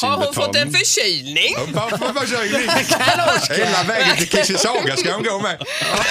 sin Har hon betalning. fått en förkylning? Varför förkylning? Hela vägen till Kississaga ska hon gå med.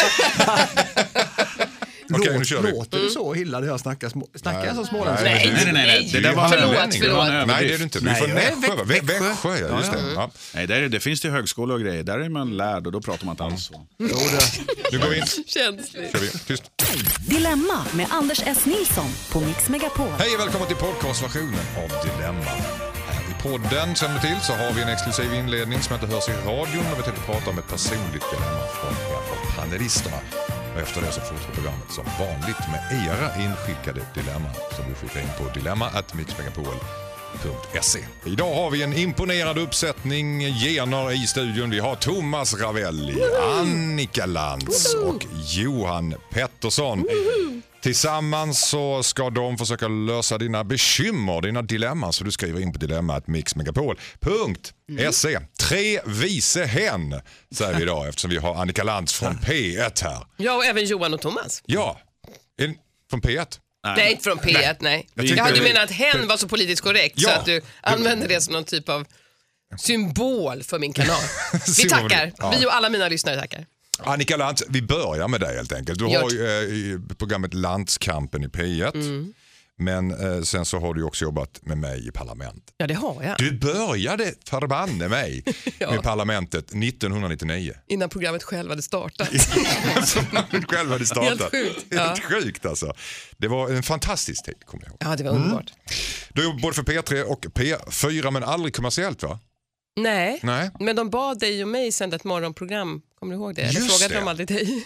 Okej, nu kör vi. Låter du så illa när jag snackar jag så småländska? Nej. Det där var Förlåt. Nej, det är det inte. Vi får Växjö. Ja, just det. Ja. Nej, det finns det högskolor och grejer. Där är man lärd och då pratar man inte alls så. Nu går vi in. Känsligt. Kör vi. Tyst. Dilemma med Anders S. Nilsson på Mix Megapol. Hej och välkommen till podcastversionen av Dilemma. Här i podden, som till, så har vi en exklusiv inledning som inte hörs i radion och vi tänkte prata om ett personligt dilemma från en av panelisterna. Och efter det så fortsätter programmet som vanligt med era inskickade dilemman som du skickar in på dilemma@mixmegapol.se. Idag har vi en imponerande uppsättning gener i studion. Vi har Thomas Ravelli, Annika Lantz och Johan Pettersson. Tillsammans så ska de försöka lösa dina bekymmer, dina dilemman, så du skriver in på dilemma@mixmegapol.se. 3 vise hen säger vi idag eftersom vi har Annika Lantz från P1 här. Ja, och även Johan och Thomas. Ja, från P1. Nej, inte från P1, nej. Jag hade menat att hen var så politiskt korrekt så att du använder det som någon typ av symbol för min kanal. Vi tackar. Ja. Vi och alla mina lyssnare tackar. Annika Lantz, vi börjar med dig helt enkelt. Du har ju programmet Landskampen i P1. Men sen så har du också jobbat med mig i parlament. Ja, det har jag. Du började förbanne mig med parlamentet 1999. Innan programmet själv hade startat. Själv hade startat. Helt sjukt. Helt sjukt alltså. Det var en fantastisk tid, kommer jag ihåg. Ja, det var underbart. Du jobbade både för P3 och P4 men aldrig kommersiellt, va? Nej, Nej. men de bad dig och mig sända ett morgonprogram. Kommer du ihåg det? Eller frågade de aldrig dig?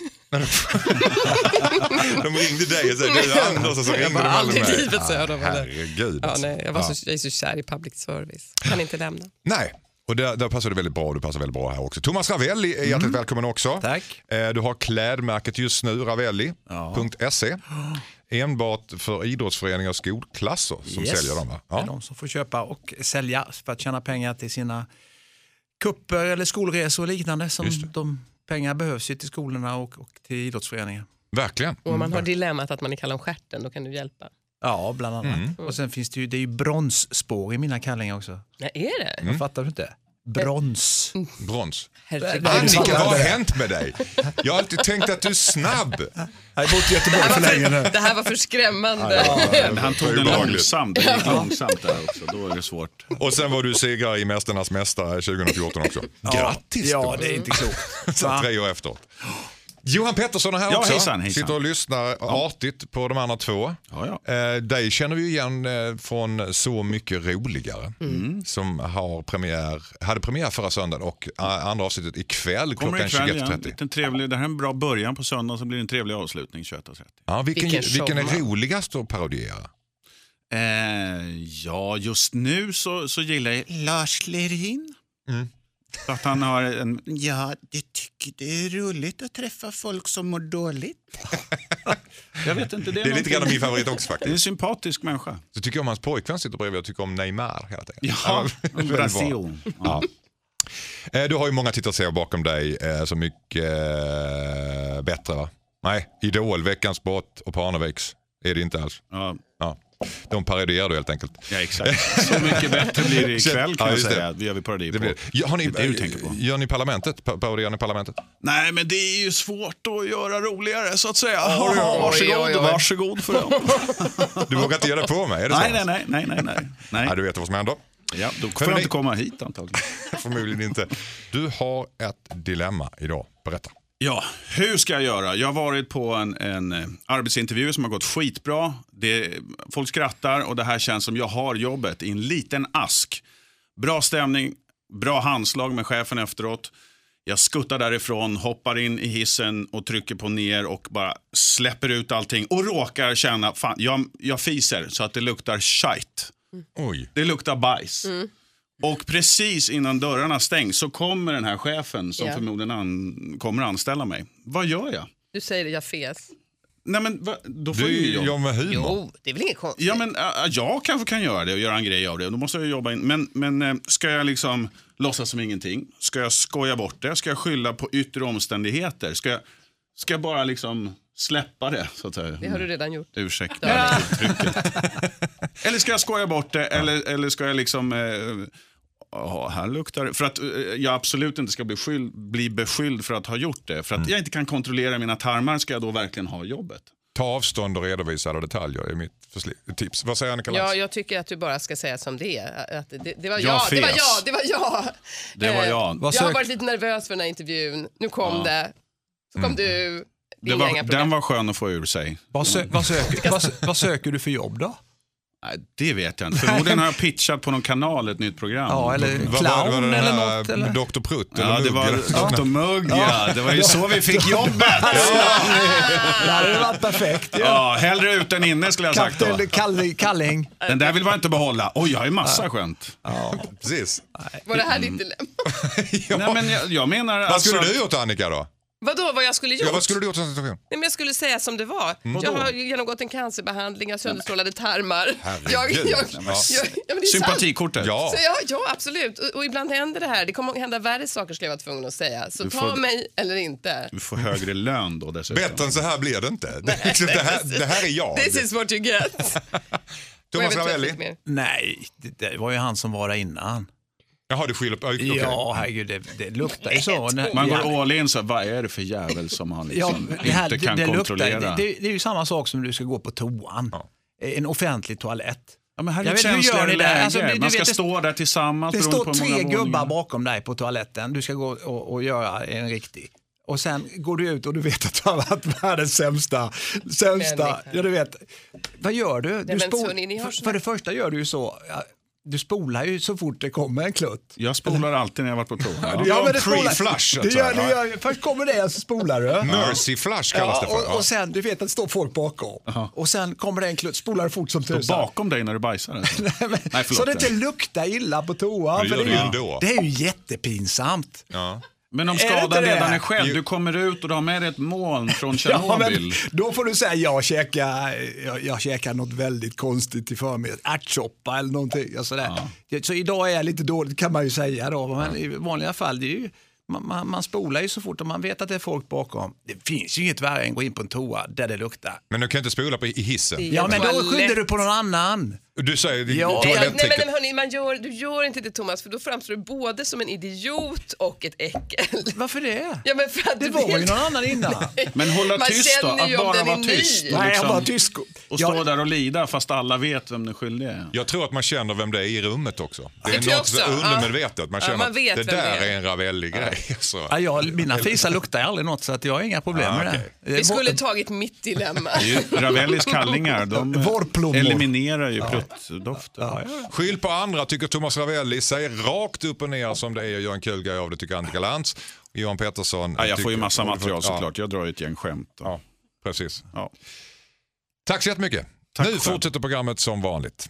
De ringde dig och sa du Anders och så ringde de aldrig mig. livet, så jag. Herregud. Ja, nej, jag är så kär i public service. Kan inte lämna. Nej. Och där passar det väldigt bra. Du passar väldigt bra här också. Thomas Ravelli är hjärtligt välkommen också. Tack. Du har klädmärket just nu, ravelli.se. Enbart för idrottsföreningar och skolklasser som säljer dem, va? Det är de som får köpa och sälja för att tjäna pengar till sina kupper eller skolresor och liknande. Som de pengar behövs ju till skolorna och till idrottsföreningar. Verkligen. Och om man har dilemmat att man är kall om stjärten, då kan du hjälpa. Ja, bland annat. Och sen finns det ju, det är ju bronsspår i mina kallingar också. Nej, är det? Jag fattar du inte? Brons. Herregud. Annika, vad har hänt med dig? Jag har alltid tänkt att du är snabb. Jag har bott i Göteborg för länge nu. Det här var för skrämmande. Han tog den långsamt. Det gick långsamt där också. Då är det svårt. Och sen var du segrare i Mästarnas mästare 2014 också. Grattis då. Ja, det är inte klokt. Så 3 år efteråt. Johan Pettersson är här också. Hejsan. Sitter och lyssnar artigt på de andra 2. Dig känner vi igen från Så mycket roligare. Som hade premiär förra söndagen och andra avsnittet ikväll klockan 21.30. Det här är en bra början på söndag, så blir det en trevlig avslutning 21.30. Ja, vilken är roligast att parodiera? Ja, just nu så gillar jag Lars Lerin. För att han har en... Ja, det tycker det är roligt att träffa folk som mår dåligt. Jag vet inte. Det är lite grann min favorit också faktiskt. Det är en sympatisk människa. Så tycker jag om hans pojkvän sitter bredvid. Jag tycker om Neymar hela tiden. Ja, Brasil. Ja. Du har ju många tittare bakom dig så mycket bättre, va? Nej, Idol, Veckans brott och Parneviks är det inte alls. Ja. De parodierar du helt enkelt. Ja, exakt. Så mycket bättre blir det ikväll kan jag säga. Vi gör vi parodi på. Gör ni parlamentet? Parodierar ni parlamentet? Nej, men det är ju svårt att göra roligare så att säga. Varsågod för dem. Du vågar inte göra det på mig, är det så? Nej. Du vet vad som händer. Ja, då får jag inte komma hit antagligen. Förmodligen inte. Du har ett dilemma idag. Berätta. Ja, hur ska jag göra? Jag har varit på en arbetsintervju som har gått skitbra. Folk skrattar och det här känns som jag har jobbet i en liten ask. Bra stämning, bra handslag med chefen efteråt. Jag skuttar därifrån, hoppar in i hissen och trycker på ner och bara släpper ut allting. Och råkar känna, fan, jag fiser så att det luktar shite. Oj. Det luktar bajs. Och precis innan dörrarna stängs så kommer den här chefen som förmodligen kommer anställa mig. Vad gör jag? Du säger det, jag fes. Nej, men då får Du jag jobbar med humor. Jo, det är väl inget konstigt. Ja, men jag kanske kan göra det och göra en grej av det. Då måste jag jobba in. Men ska jag liksom låtsas som ingenting? Ska jag skoja bort det? Ska jag skylla på yttre omständigheter? Ska jag bara liksom släppa det, så att säga? Det har du redan gjort. Ursäkta uttrycket. Eller ska jag skoja bort det? Eller ska jag liksom här luktar det. För att jag absolut inte ska bli beskylld för att ha gjort det. För att jag inte kan kontrollera mina tarmar, ska jag då verkligen ha jobbet? Ta avstånd och redovisa alla detaljer är mitt tips. Vad säger Annika Lantz? Ja, jag tycker att du bara ska säga som det är. Att det var jag. Det var jag. Det var jag. Jag har varit lite nervös för den här intervjun. Nu kom det. Så kom du. Den var skön att få ur sig. Vad söker du för jobb då? Nej, det vet jag inte. Förmodligen har jag pitchat på någon kanal ett nytt program. Ja, eller clown eller något. Eller? Dr. Prutt ja, eller det var Dr. Mugg, ja. Det var ju så vi fick jobbet. Det hade varit perfekt. Ja, hellre ut än inne skulle jag sagt då. Kalling. Den där vill man inte behålla. Oj, jag har ju massa skönt. Ja, precis. Var det här ditt dilemma? Nej, men jag menar... Vad skulle du gjort, Annika, då? Vadå, vad jag skulle gjort? Ja, vad skulle du gjort i en situation? Nej, men jag skulle säga som det var. Jag har genomgått en cancerbehandling, jag har sönderstrålade tarmar. Sympatikortet. Ja. Ja, absolut. Och ibland händer det här. Det kommer hända värre saker, skulle jag vara tvungen att säga. Så ta mig eller inte. Du får högre lön då dessutom. Bättre än så här blir det inte. Det här är jag. This is what you get. Thomas Ravelli? Nej, det var ju han som var där innan. Jaha, du skyller på... Okay. Ja, herregud, det luktar ju så. Man går all in så, vad är det för jävel som han liksom inte kan kontrollera? Det är ju samma sak som du ska gå på toan. Ja. En offentlig toalett. Ja, men här är känsligare läge. Alltså, man ska stå där tillsammans. Det står 3 gubbar bakom dig på toaletten. Du ska gå och göra en riktig. Och sen går du ut och du vet att du har varit världens sämsta. Ja, du vet. Vad gör du? För det första gör du ju så... Du spolar ju så fort det kommer en klutt. Jag spolar alltid när jag varit på toa. Du gör en pre-flush. Först kommer det så spolar du. Mercy flush kallas det för. Och sen, du vet att det står folk bakom. Och sen kommer det en klutt, spolar du fort som tusan. Står bakom dig när du bajsar? Nej, så det inte luktar illa på toa. Det är ju jättepinsamt. Ja. Men om skadan redan är skedd, du kommer ut och du har med dig ett moln från Tjernobyl. Då får du säga, jag käkar något väldigt konstigt till förmiddag. Ärtsoppa eller någonting. Så idag är jag lite dåligt, kan man ju säga då. Men i vanliga fall, det är ju... Man spolar ju så fort och man vet att det är folk bakom. Det finns ju inget värre än att gå in på en toa där det luktar. Men du kan inte spola i hissen. Ja, men då skyller du på någon annan. Du säger nej, men hörni, du gör inte det, Thomas, för då framstår du både som en idiot och ett äckel. Varför det? Ja, men för att det var ju någon annan innan. Men hålla tyst då, att bara vara tyst. Nej, jag var tyst. Och stå där och lida fast alla vet vem den skyldiga är. Jag tror att man känner vem det är i rummet också. Det är något så undermedvetet. Man känner att det där är en Ravelli-grej. Mina fisar luktar aldrig något så att jag har inga problem med det. Vi skulle tagit mitt dilemma. Ravellis kallingar, de eliminerar ju pruttdoften. Skyll på andra, tycker Thomas Ravelli. Säg rakt upp och ner som det är. Gör en kul grej av det, tycker Annika Lantz. Johan Pettersson. Jag får ju massa material såklart. Jag drar ju ett gäng skämt. Ja, precis. Ja. Tack så jättemycket. Nu fortsätter programmet som vanligt.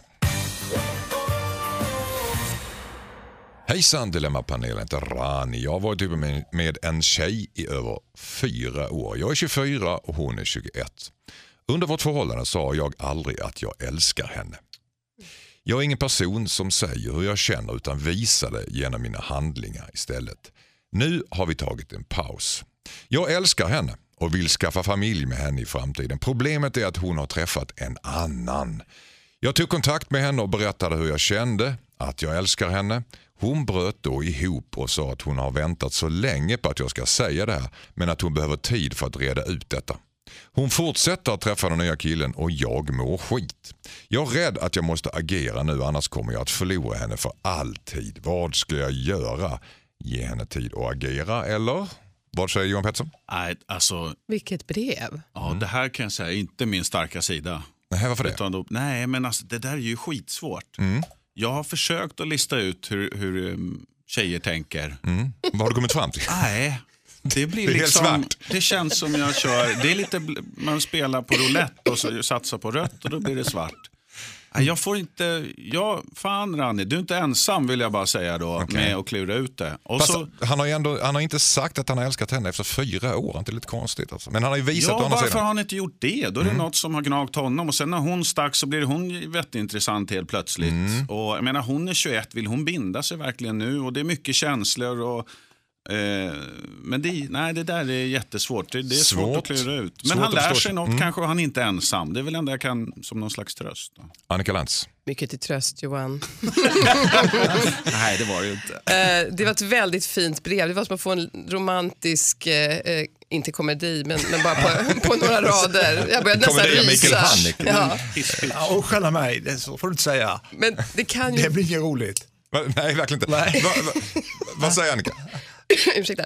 Hejsan Dilemma-panelen, heter Rani. Jag har varit uppe med en tjej i över 4 år. Jag är 24 och hon är 21. Under vårt förhållande sa jag aldrig att jag älskar henne. Jag är ingen person som säger hur jag känner utan visar det genom mina handlingar istället. Nu har vi tagit en paus. Jag älskar henne och vill skaffa familj med henne i framtiden. Problemet är att hon har träffat en annan. Jag tog kontakt med henne och berättade hur jag kände, att jag älskar henne. Hon bröt då ihop och sa att hon har väntat så länge på att jag ska säga det här, men att hon behöver tid för att reda ut detta. Hon fortsätter att träffa den nya killen och jag mår skit. Jag är rädd att jag måste agera nu, annars kommer jag att förlora henne för alltid. Vad ska jag göra? Ge henne tid att agera eller? Vad säger Johan Pettersson? Nej, alltså... Vilket brev. Ja, det här kan jag säga inte min starka sida. Nej, varför det? Nej, men alltså, det där är ju skitsvårt. Jag har försökt att lista ut hur tjejer tänker. Vad har du kommit fram till? Nej, det blir det är liksom... helt svart. Det känns som jag kör... Det är lite... Man spelar på roulette och så satsar på rött och då blir det svart. Jag får inte... Fan Ranni, du är inte ensam vill jag bara säga då med att klura ut det. Och så, han har inte sagt att han har älskat henne efter 4 år. Det är lite konstigt alltså. Men han har ju visat ja, på andra varför sidan. har han inte gjort det? Då är det något som har gnagt honom. Och sen när hon stack så blir hon vettintressant helt plötsligt. Och jag menar, hon är 21, vill hon binda sig verkligen nu? Och det är mycket känslor och... Men det där är jättesvårt. Det är svårt att klura ut. Men Svårt han lär att sig något kanske, och han är inte ensam. Det är väl ändå jag kan som någon slags tröst. Då. Annika Lantz. Mycket till tröst, Johan. Nej, det var det ju inte. Det var ett väldigt fint brev. Det var som att få en romantisk, inte komedi, men bara på några rader. Jag började nästan rysa. Ja, och skälla mig, det så får du inte säga. Men det kan ju... Det blir inget roligt. Nej, verkligen inte. Nej. Vad säger Annika? Ursäkta.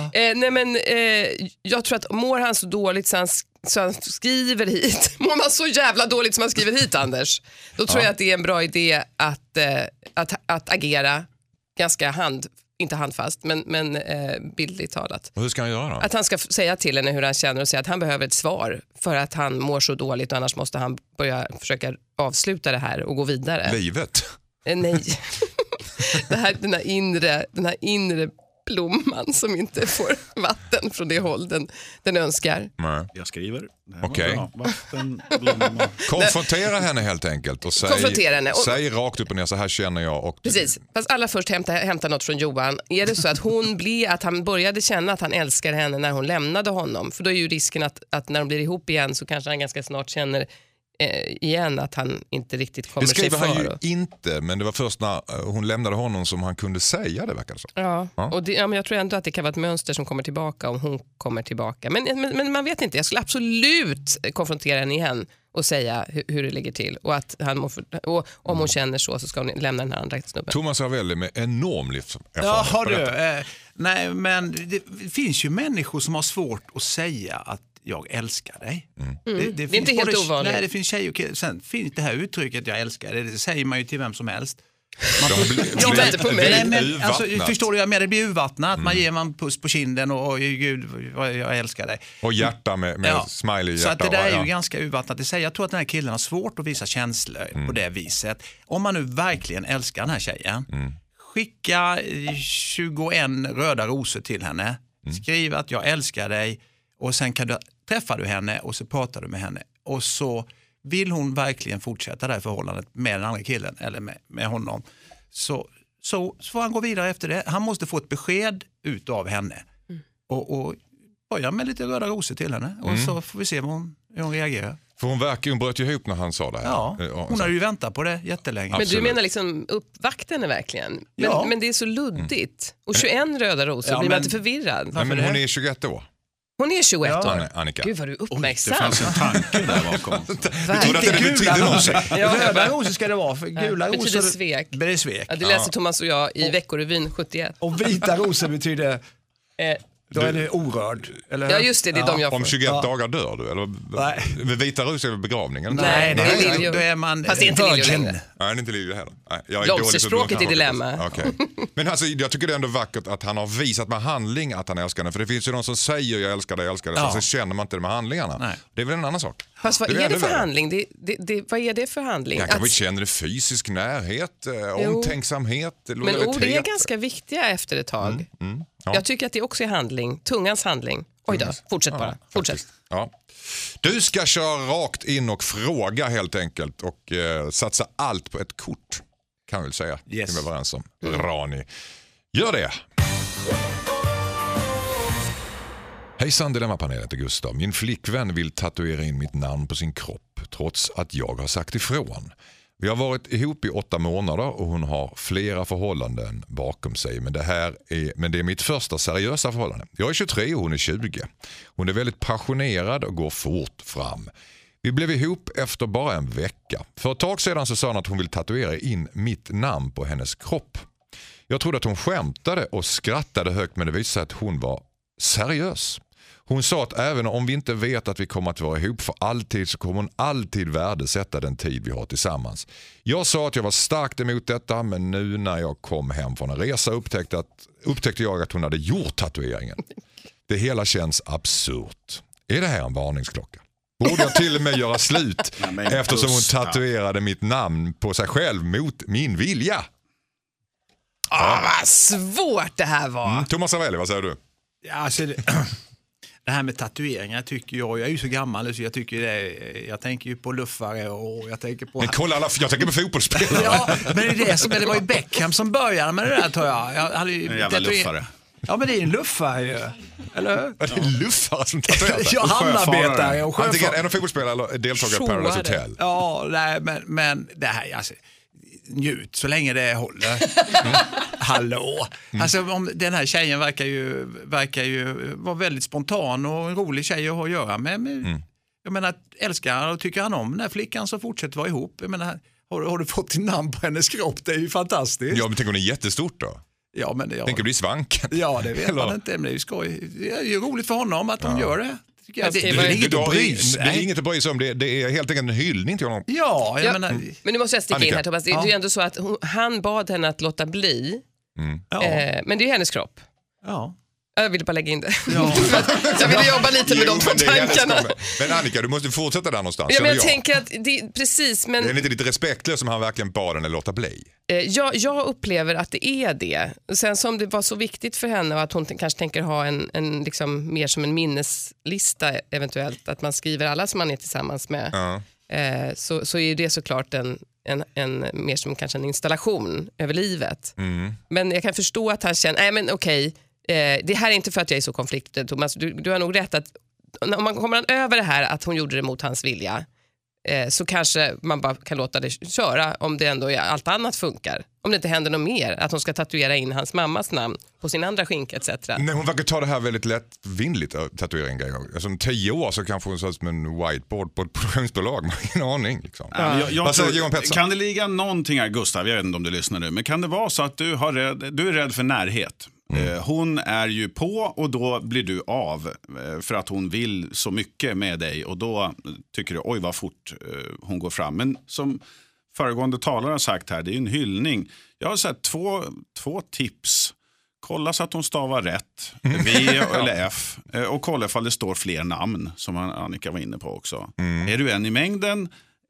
Jag tror att mår han så dåligt så han skriver hit. Mår man så jävla dåligt som han skriver hit, Anders, då tror jag att det är en bra idé att agera ganska inte handfast, men bildligt talat. Och hur ska han göra då? Att han ska säga till henne hur han känner och säga att han behöver ett svar för att han mår så dåligt, och annars måste han börja försöka avsluta det här och gå vidare. Livet? Nej. Den här inre blomman som inte får vatten från det håll den önskar. Nej. Jag skriver. Okej. Vatten, blomman. Konfrontera henne helt enkelt och säg rakt upp och ner, så här känner jag. Och precis, fast alla först hämta något från Johan. Är det så att han började känna att han älskar henne när hon lämnade honom? För då är ju risken att när de blir ihop igen så kanske han ganska snart känner igen att han inte riktigt kommer sig för. Det skriver han ju inte, men det var först när hon lämnade honom som han kunde säga det, verkar det så. Ja. Och men jag tror ändå att det kan vara ett mönster som kommer tillbaka om hon kommer tillbaka. Men man vet inte, jag skulle absolut konfrontera henne igen och säga hur det ligger till, och att och om hon känner så ska hon lämna den här andra snubben. Thomas Ravelli med enorm livserfarenhet. Ja, har du. Nej, men det finns ju människor som har svårt att säga att jag älskar dig. Det är inte helt ovanligt. Nej, det finns tjejer och killar. Sen finns det här uttrycket jag älskar dig. Det säger man ju till vem som helst. Förstår du, det blir urvattnat. Man ger en puss på kinden och gud, jag älskar dig. Och hjärta med smiley hjärta. Så att det där är ju ganska urvattnat. Jag tror att den här killen har svårt att visa känslor på det viset. Om man nu verkligen älskar den här tjejen, skicka 21 röda rosor till henne. Skriv att jag älskar dig, och sen träffar du henne och så pratar du med henne. Och så vill hon verkligen fortsätta det här förhållandet med den andra killen eller med honom, så får han gå vidare efter det. Han måste få ett besked ut av henne. Och börja med lite röda rosor till henne. Och så får vi se hur hon reagerar. För hon bröt ju ihop när han sa det här. Ja, hon har ju väntat på det jättelänge. Men du menar liksom uppvakta henne verkligen? Men det är så luddigt. Och 21 röda rosor, blir man inte förvirrad? Nej, men hon är 21 år. Hon är 21 år. Annika. Gud vad du är uppmärksam. Det fanns en tanke där bakom. Gula rosor. Röda rosor ska det vara. För gula rosor betyder svek. Det svek. Ja, det läste Thomas och jag i Veckorevyn 71. Och vita rosor betyder... Då är det orörd. Eller? Ja, just det är de jag får. Om 21 dagar dör du? Eller? Nej. Vita rosor är begravningen? Nej, det är Liljo. Då är man fast det är inte Liljo längre. Nej, det är inte Liljo heller. Låtsespråket är dilemma. Okay. Men alltså, jag tycker det är ändå vackert att han har visat med handling att han älskar henne. För det finns ju någon som säger jag älskar dig, så känner man inte det med handlingarna. Nej. Det är väl en annan sak. Fast vad är det för handling? Vad är det för handling? Jag kanske känner det fysisk närhet, omtänksamhet, lojalitet. Men ord är ganska viktiga efter ett tag. Ja. Jag tycker att det också är handling. Tungans handling. Oj då, fortsätt bara. Fortsätt. Ja. Du ska köra rakt in och fråga helt enkelt och satsa allt på ett kort. Kan vi väl säga. Yes. Kan vi vara överens om. Rani. Gör det. Hejsan Dilemmapanelen, heter Gustav. Min flickvän vill tatuera in mitt namn på sin kropp trots att jag har sagt ifrån. Vi har varit ihop i 8 månader och hon har flera förhållanden bakom sig. Men det är mitt första seriösa förhållande. Jag är 23 och hon är 20. Hon är väldigt passionerad och går fort fram. Vi blev ihop efter bara en vecka. För ett tag sedan så sa hon att hon vill tatuera in mitt namn på hennes kropp. Jag trodde att hon skämtade och skrattade högt, men det visade sig att hon var seriös. Hon sa att även om vi inte vet att vi kommer att vara ihop för alltid så kommer hon alltid värdesätta den tid vi har tillsammans. Jag sa att jag var starkt emot detta, men nu när jag kom hem från en resa upptäckte jag att hon hade gjort tatueringen. Det hela känns absurt. Är det här en varningsklocka? Borde jag till och med göra slut eftersom hon tatuerade mitt namn på sig själv mot min vilja? Vad svårt det här var. Thomas Ravelli, vad säger du? Ja, alltså det här med tatueringar tycker jag är ju så gammal så jag tänker ju på luffare och jag tänker på... Men kolla jag tänker på fotbollsspelare. Ja, men det var ju Beckham som började med det där, tror jag. En jävla luffare. Ja, men det är en luffare ju. Eller hur? Det är luffare som tatuerar sig. Ja, hamnarbetare och Antingen sjöfart. en fotbollsspelare eller deltagare i Paradise Hotel. Ja, nej, men det här, alltså, njut så länge det håller. Hallå. Alltså, om den här tjejen verkar ju vara väldigt spontan och en rolig tjej att ha att göra med. Jag menar, älskar han och tycker han om den här flickan så fortsätter vara ihop. Jag menar, har du fått din namn på hennes kropp? Det är ju fantastiskt. Ja, men tänk om det är jättestort då? Ja, men Tänk att bli svanken. Ja, det vet man inte. Men det är ju skoj. Det är ju roligt för honom att de gör det. Det är inget att bry sig. Det är inget att bry sig om. Det är helt enkelt en hyllning till honom. Ja, jag menar... Men nu måste jag sticka Annika. in här, Thomas. Det är ju ändå så att han bad henne att låta bli. Men det är hennes kropp. Ja. Jag ville bara lägga in det. Ja. Jag ville jobba lite med de två tankarna. Men Annika, du måste fortsätta där någonstans. Ja, men jag tänker att precis, men det är lite respektlöst som han verkligen bad henne låta bli. jag upplever att det är det. Sen som det var så viktigt för henne och att hon kanske tänker ha en liksom mer som en minneslista eventuellt, att man skriver alla som man är tillsammans med. Så är det såklart en mer som kanske en installation över livet. Men jag kan förstå att han känner, nej men okej, det här är inte för att jag är så konfliktad, Thomas. Du har nog rätt att om man kommer över det här att hon gjorde det mot hans vilja, så kanske man bara kan låta det köra om det ändå allt annat funkar. Om det inte händer något mer, att hon ska tatuera in hans mammas namn på sin andra skinka etc. Nej, hon verkar ta det här väldigt lättvindigt, tatuering. Alltså om 10 år så kanske hon ser ut som en whiteboard på ett produktionsbolag. Man har ingen aning. Liksom. Jag tror, kan det ligga någonting här, Gustav, jag vet inte om du lyssnar nu, men kan det vara så att du är rädd för närhet? Hon är ju på och då blir du av för att hon vill så mycket med dig och då tycker du, oj vad fort hon går fram. Men som föregående talare har sagt här, det är en hyllning. Jag har sett två tips. Kolla så att hon stavar rätt, V eller F, och kolla ifall det står fler namn som Annika var inne på också. Är du en i mängden?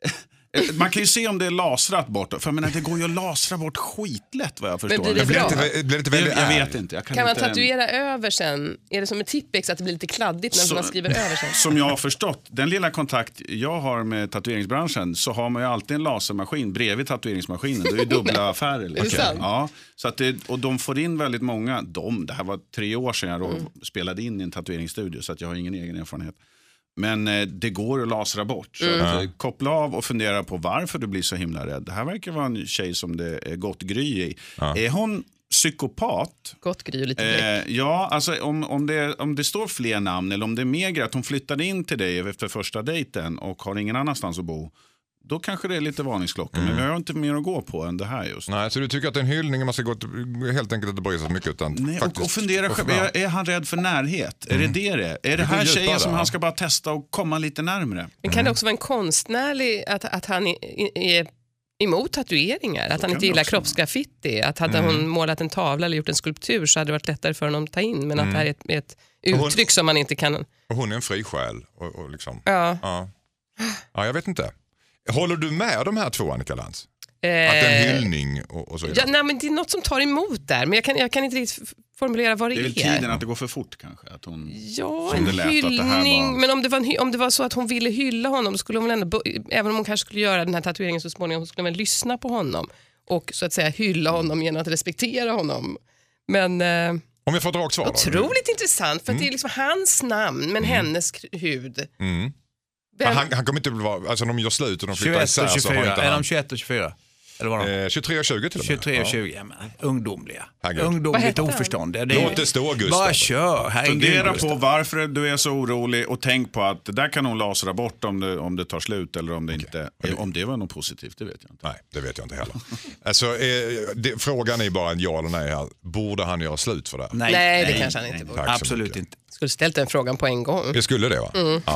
Man kan ju se om det är lasrat bort. För jag menar, det går ju att lasra bort skitlätt vad jag förstår. Men blir det bra? Blir det väldigt jag vet inte. Kan man tatuera över sen? Är det som ett tippex att det blir lite kladdigt när man skriver över sen? Som jag har förstått, den lilla kontakt jag har med tatueringsbranschen, så har man ju alltid en lasermaskin bredvid tatueringsmaskinen. Det är ju dubbla affärer. Liksom. Ja, så att och de får in väldigt många. Det här var 3 år sedan jag spelade in i en tatueringsstudio, så att jag har ingen egen erfarenhet. Men det går att lasra bort. Så att, koppla av och fundera på varför du blir så himla rädd. Det här verkar vara en tjej som det är gott gry i. Är hon psykopat? Gott gry och lite blick. Ja, alltså om det står fler namn eller om det är mer att hon flyttade in till dig efter första dejten och har ingen annanstans att bo. Då kanske det är lite varningsklockor. Men vi har inte mer att gå på än det här just. Nej, så du tycker att det är en hyllning man ska gå helt enkelt inte bry sig så mycket utan nej, faktiskt, och fundera själv, är han rädd för närhet? Är det? Är det här tjejen som han ska bara testa och komma lite närmare? Men kan det också vara en konstnärlig att han är emot tatueringar? Att han inte gillar kroppsgraffiti? Att hade hon målat en tavla eller gjort en skulptur så hade det varit lättare för honom att ta in. Men att det här är ett uttryck som man inte kan... Och hon är en fri själ. Och liksom. Ja, jag vet inte. Håller du med de här två, Annika Lantz? Att det är en hyllning och så vidare? Nej, men det är något som tar emot där. Men jag kan inte riktigt formulera vad det är. Det är tiden att det går för fort kanske. Att hon, en hyllning. Men om det var så att hon ville hylla honom, skulle hon ändå, även om hon kanske skulle göra den här tatueringen så småningom, skulle hon lyssna på honom. Och så att säga hylla honom genom att respektera honom. Men... Om jag får ett rakt svar. Otroligt intressant, för att det är liksom hans namn, men hennes hud. Han kommer inte vara, alltså de gör slut och de flyttar isär. 21 och 24, är de 21 och 24? Eller vad de? 23 och 20 till och med. 23 och 20, ja, men, ungdomliga. Herregud. Ungdomligt oförstånd. Låt det stå, Gustav. Bara kör, herregud. Fundera på varför du är så orolig och tänk på att det där kan hon lasra bort om det tar slut eller om det inte. Om det var något positivt, det vet jag inte. Nej, det vet jag inte heller. Alltså, frågan är bara en ja eller nej här. Borde han göra slut för det? Nej, det kanske han inte borde. Absolut inte. Skulle ställt den frågan på en gång. Det skulle det, va? Ja.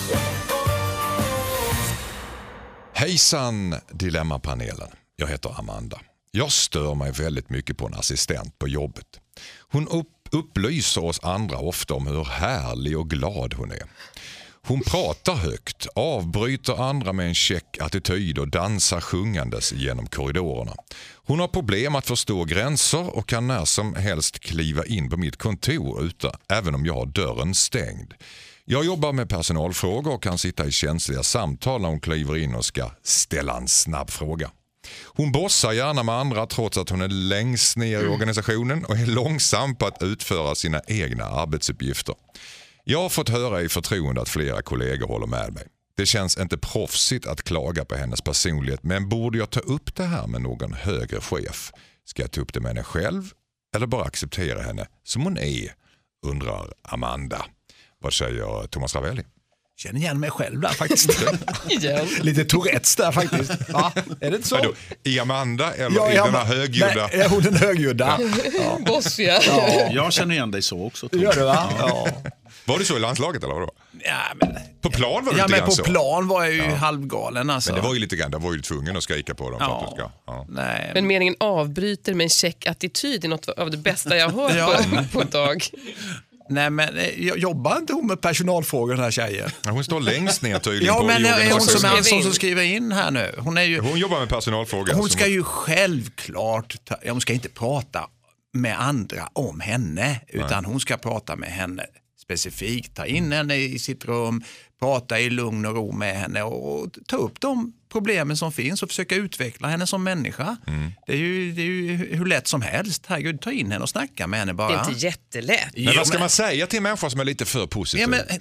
Hejsan Dilemmapanelen. Jag heter Amanda. Jag stör mig väldigt mycket på en assistent på jobbet. Hon upplyser oss andra ofta om hur härlig och glad hon är. Hon pratar högt, avbryter andra med en käck attityd och dansar sjungandes genom korridorerna. Hon har problem att förstå gränser och kan när som helst kliva in på mitt kontor även om jag har dörren stängd. Jag jobbar med personalfrågor och kan sitta i känsliga samtal när hon kliver in och ska ställa en snabb fråga. Hon bossar gärna med andra trots att hon är längst ner i organisationen och är långsam på att utföra sina egna arbetsuppgifter. Jag har fått höra i förtroende att flera kollegor håller med mig. Det känns inte proffsigt att klaga på hennes personlighet, men borde jag ta upp det här med någon högre chef? Ska jag ta upp det med henne själv eller bara acceptera henne som hon är? Undrar Amanda. Vad säger Thomas Ravelli? Känner igen mig själv där faktiskt. Lite Tourettes där faktiskt. Ja, är det inte så? Vadå, i Amanda eller i den här högljudda? Nej, hon den högljudda. Ja. Bossiga. Ja. Jag känner igen dig så också. Gör du va? Ja. Var du så i landslaget eller vadå? Ja, men... På plan var du ja, lite men grann på så. plan var jag ju halvgalen alltså. Men det var ju lite grann, där var ju tvungen att skrika på dem för att du ska. Ja. Nej. Men meningen avbryter med en check attityd är något av det bästa jag har hört på ett tag. Nej, men jag jobbar inte hon med personalfrågor, den här tjejen. Ja, hon står längst ner tydligen Ja, på men är hon som är Skriv in. som skriver in här nu. Hon jobbar med personalfrågor. Hon ska ju självklart, hon ska inte prata med andra om henne, utan hon ska prata med henne specifikt, ta in henne i sitt rum, prata i lugn och ro med henne och ta upp de problemen som finns och försöka utveckla henne som människa. Det är ju hur lätt som helst. Herregud, ta in henne och snacka med henne bara. Det är inte jättelätt. Men vad ska man säga till människor som är lite för positiva? Ja, men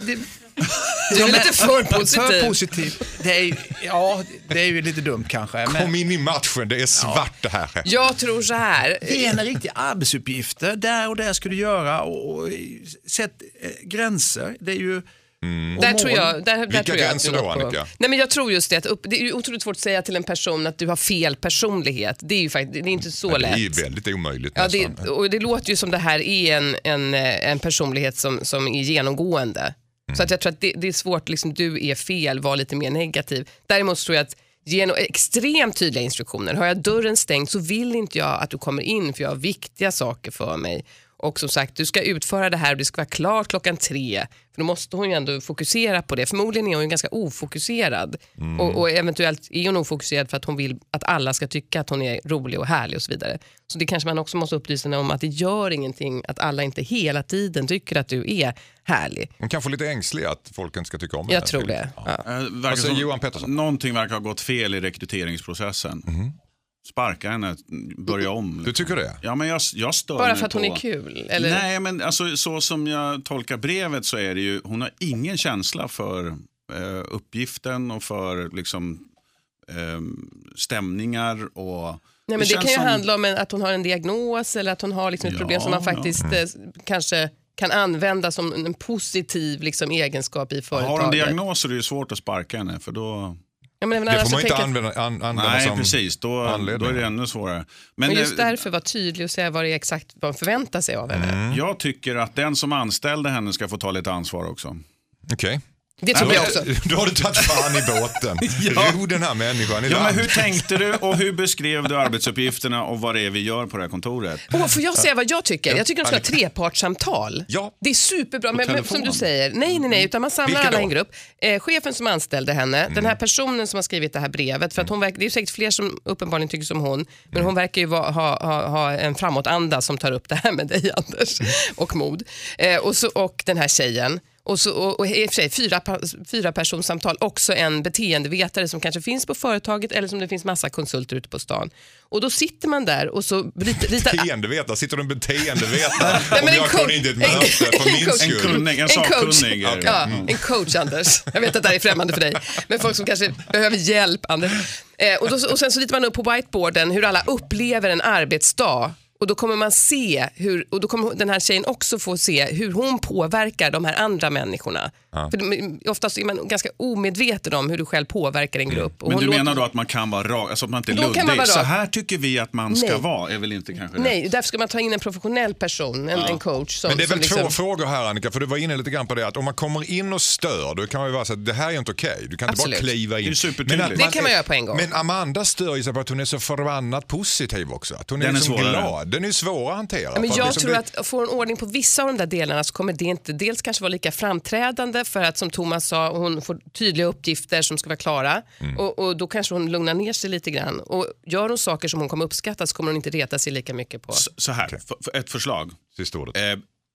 Du är lite för positiv. För positiv. Det är ju lite dumt kanske. Kom in i matchen, det är svart det här. Jag tror så här. Det är en riktig arbetsuppgifter. Där och där ska du göra och sätt gränser. Det är ju... Där tror jag, Vilka tror jag gränser att du då, når på. Annika? Nej, men jag tror just det att det är otroligt svårt att säga till en person att du har fel personlighet. Det är ju faktiskt, det är inte så lätt. Det är väldigt omöjligt Ja, nästan. och det låter ju som det här är en personlighet som är genomgående. Så att jag tror att det är svårt, liksom, du är fel, var lite mer negativ. Däremot tror jag att genom extremt tydliga instruktioner, har jag dörren stängd så vill inte jag att du kommer in för jag har viktiga saker för mig. Och som sagt, du ska utföra det här och det ska vara klart 3:00. För då måste hon ju ändå fokusera på det. Förmodligen är hon ju ganska ofokuserad. Och eventuellt är hon ofokuserad för att hon vill att alla ska tycka att hon är rolig och härlig och så vidare. Så det kanske man också måste upplysa henne om att det gör ingenting att alla inte hela tiden tycker att du är härlig. Hon kan få lite ängslig att folk inte ska tycka om henne. Jag tror det. Ja. Vad säger Johan Pettersson? Någonting verkar ha gått fel i rekryteringsprocessen. Sparka henne, börja om. Liksom. Du tycker det? Ja, men jag stör Bara mig för att hon på... är kul? Eller? Nej, men alltså, så som jag tolkar brevet så är det ju, hon har ingen känsla för uppgiften och för liksom stämningar och... Nej, men det kan ju handla om att hon har en diagnos eller att hon har liksom ett problem som man faktiskt kanske kan använda som en positiv liksom, egenskap i företaget. Har hon diagnos så är det ju svårt att sparka henne för då... Ja, men det får man inte använda Nej, som precis. Då är det ännu svårare. Men just därför var tydlig och säga vad det är exakt vad man förväntar sig av henne. Jag tycker att den som anställde henne ska få ta lite ansvar också. Okej. Det tror jag också. Då har du tagit fan i båten. Ro den här människan i land. Men hur tänkte du och hur beskrev du arbetsuppgifterna och vad det är vi gör på det här kontoret? Får jag säga vad jag tycker? Jag tycker de ska ha trepartssamtal. Ja. Det är superbra, men som du säger, nej, utan man samlar Vilka alla då? i en grupp. Chefen som anställde henne, den här personen som har skrivit det här brevet, för att hon verkar, det är säkert fler som uppenbarligen tycker som hon, men hon verkar ju ha en framåtanda som tar upp det här med dig, Anders, och mod. Och den här tjejen. Och i och för sig 4 personsamtal, också en beteendevetare som kanske finns på företaget eller som det finns massa konsulter ute på stan. Och då sitter man där och så beteendevetare, sitter du en beteendevetare Nej, om jag kunde inte ett möte för min skull. En sakkunnig. Ja, en coach, Anders. Jag vet att det här är främmande för dig. Men folk som kanske behöver hjälp, Anders. Och sen så litar man upp på whiteboarden hur alla upplever en arbetsdag. Och då kommer man se och då kommer den här tjejen också få se hur hon påverkar de här andra människorna. Ja. För oftast är man ganska omedveten om hur du själv påverkar en grupp. Och men du menar då att man kan vara rak, alltså att man inte är luddig. Så här tycker vi att man ska vara, är väl inte kanske det? Nej, därför ska man ta in en professionell person, en coach. Men det är väl som två frågor här, Annika, för du var inne lite grann på det att om man kommer in och stör, då kan man ju vara så att det här är inte okej. Du kan inte bara kliva in. Det är supertydligt. Det kan man göra på en gång. Men Amanda stör ju sig på att hon är så förbannat positiv också. Att hon är liksom glad. Den är svår att hantera. Ja, men jag tror att får en ordning på vissa av de där delarna så kommer det inte dels kanske vara lika framträdande för att som Thomas sa, hon får tydliga uppgifter som ska vara klara och då kanske hon lugnar ner sig lite grann och gör hon saker som hon kommer uppskatta så kommer hon inte reta sig lika mycket på. Så här, ett förslag.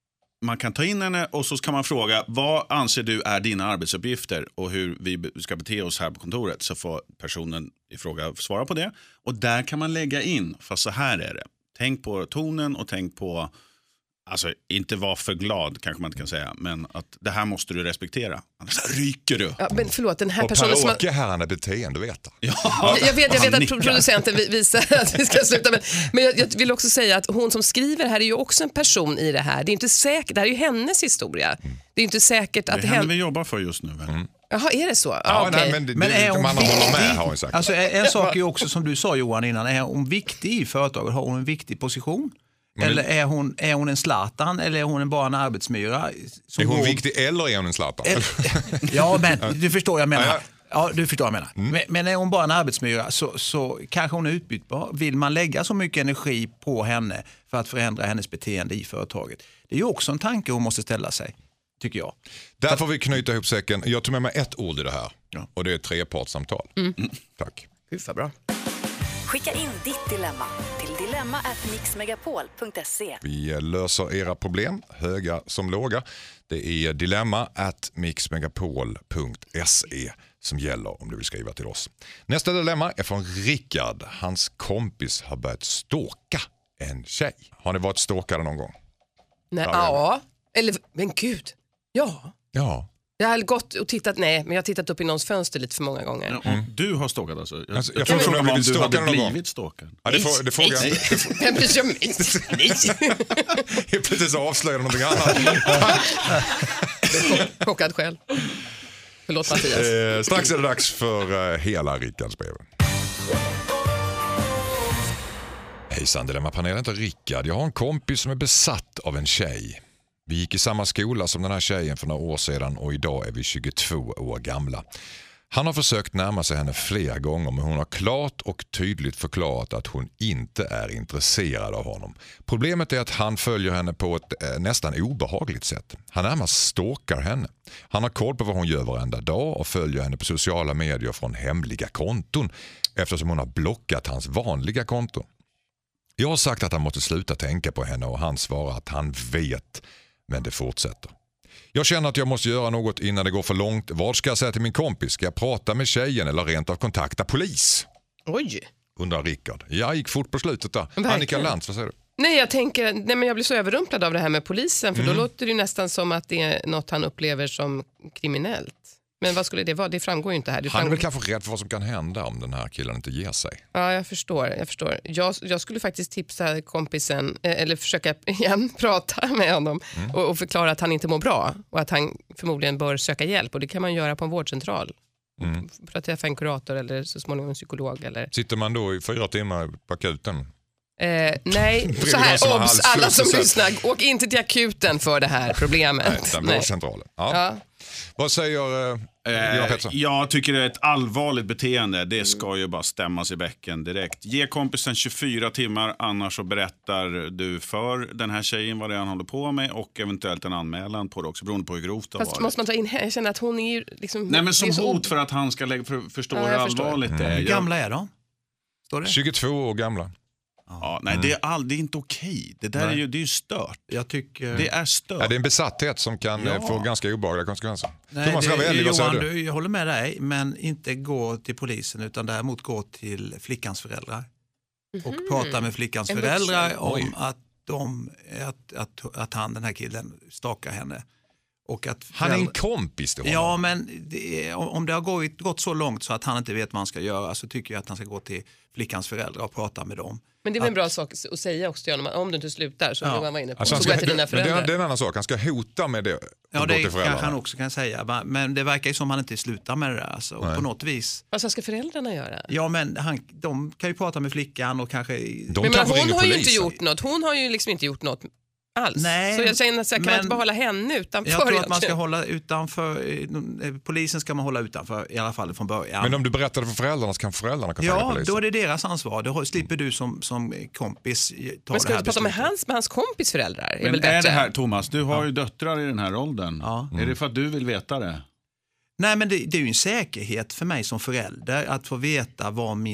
man kan ta in henne och så kan man fråga vad anser du är dina arbetsuppgifter och hur vi ska bete oss här på kontoret, så får personen i fråga svara på det. Och där kan man lägga in, fast så här är det. Tänk på tonen och tänk på, alltså inte vara för glad kanske man inte kan säga, men att det här måste du respektera, annars ryker du. Ja, men förlåt, den här Och personen som Per-Åke här är beteende, vet du. Ja, jag vet han att nickar. producenten visar att vi ska sluta, men jag vill också säga att hon som skriver här är ju också en person i det här. Det är inte säkert, det här är ju hennes historia. Det är inte säkert att Det är henne vi jobbar för just nu väl? Jaha, är det så? Ja, Okej. nej, men Men är hon man håller med, viktig? har hon sagt. Alltså en sak är ju också som du sa Johan innan, är hon viktig i företaget? Har hon en viktig position? Eller är hon en Zlatan eller är hon bara en arbetsmyra? Är hon viktig eller är hon en Zlatan? Ja, men du förstår jag menar. Ja. Ja, du förstår jag menar. Men är hon bara en arbetsmyra så kanske hon är utbytbar. Vill man lägga så mycket energi på henne för att förändra hennes beteende i företaget? Det är ju också en tanke hon måste ställa sig, tycker jag. Där får vi knyta ihop säcken. Jag tog med mig ett ord i det här. Och det är ett trepartssamtal. Tack. Gud vad bra. Skicka in ditt dilemma till dilemma@mixmegapol.se. Vi löser era problem, höga som låga. Det är dilemma@mixmegapol.se som gäller om du vill skriva till oss. Nästa dilemma är från Rickard. Hans kompis har börjat stalka en tjej. Har ni varit stalkade någon gång? Nej, ja, eller men gud. Ja. Ja. Jag har gått och tittat, nej, men jag har tittat upp i någons fönster lite för många gånger. Du har stalkat alltså? Alltså, Jag jag tror frågar om om du du hade stalkad någon gång. blivit stalkad. Ja, det frågar jag inte. Vem bryr sig om mig? Nej. Helt plötsligt så avslöjar de någonting annat. Chockad själv. Förlåt Mattias. Strax är det dags för hela Rickards brev. Hejsan, Dilemma-panelen heter Rickard. Jag har en kompis som är besatt av en tjej. Vi gick i samma skola som den här tjejen för några år sedan och idag är vi 22 år gamla. Han har försökt närma sig henne flera gånger men hon har klart och tydligt förklarat att hon inte är intresserad av honom. Problemet är att han följer henne på ett nästan obehagligt sätt. Han närmast stalkar henne. Han har koll på vad hon gör varenda dag och följer henne på sociala medier från hemliga konton eftersom hon har blockat hans vanliga konton. Jag har sagt att han måste sluta tänka på henne och han svarar att han vet, men det fortsätter. Jag känner att jag måste göra något innan det går för långt. Vad ska jag säga till min kompis? Ska jag prata med tjejen eller rent av kontakta polis? Oj. Undrar Rickard. Jag gick fort på slutet där. Verkligen. Annika Lantz, vad säger du? Nej, jag blir så överrumplad av det här med polisen, för då låter det ju nästan som att det är något han upplever som kriminellt. Men vad skulle det vara? Det framgår ju inte här. Han är väl kanske rädd för vad som kan hända om den här killen inte ger sig. Ja, jag förstår. Jag skulle faktiskt tipsa kompisen, eller försöka igen prata med honom och förklara att han inte mår bra och att han förmodligen bör söka hjälp. Och det kan man göra på en vårdcentral. För att träffa en kurator eller så småningom en psykolog. Eller... Sitter man då i 4 timmar på akuten? Nej, så här, obs, alla som lyssnar, åk inte till akuten för det här problemet. Nej, den vårdcentralen. Ja. Vad säger Johan Pettersson? Jag tycker det är ett allvarligt beteende. Det ska ju bara stämmas i bäcken direkt. Ge kompisen 24 timmar, annars så berättar du för den här tjejen vad det är han håller på med och eventuellt en anmälan på det också, beroende på hur grovt det har Fast varit. måste man ta in här? Jag känner att hon är ju liksom... Nej, men som det är så hot för att han ska förstå hur jag förstår. allvarligt det är. Hur gamla är de? Står det? 22 år gamla. Ja, nej, det är inte okej. Det där är ju stört. Jag tycker... Det är stört. Ja, det är en besatthet som kan få ganska obehagliga konsekvenser. Thomas det, Ravelli, vad säger Johan, du? jag håller med dig, men inte gå till polisen utan däremot gå till flickans föräldrar. Och prata med flickans En föräldrar vuxen. om att han, den här killen, stalkar henne. Och att Han är en kompis till honom. Ja, men om det har gått så långt så att han inte vet vad han ska göra, så tycker jag att han ska gå till flickans föräldrar och prata med dem. Men det är väl en bra sak att säga också till honom, om du inte slutar, så var inne på. Alltså, Så går jag till dina föräldrar. det är en annan sak. Han ska hota med det. Ja, det till kanske föräldrarna. han också kan säga. Men det verkar ju som han inte slutar med det där. Alltså. Och på något vis. Vad ska föräldrarna göra? Ja, men de kan ju prata med flickan och kanske... De Men kanske hon ringer har ju inte polisen. gjort något. Hon har ju liksom inte gjort något alls. Nej, så jag känner så här, kan man inte bara hålla henne utanför? Jag tror att man ska egentligen? hålla utanför, polisen ska man hålla utanför i alla fall från början. Men om du berättar det för föräldrarna så kan föräldrarna kontakta Ja, polisen. då är det deras ansvar. Då slipper du som kompis ta Men det ska här du prata med beslutet. hans kompis föräldrar? Är Men väl är bättre? det här, Thomas, du har ju döttrar i den här åldern. Ja. Är det för att du vill veta det? Nej, men det är ju en säkerhet för mig som förälder att få veta vad min dotter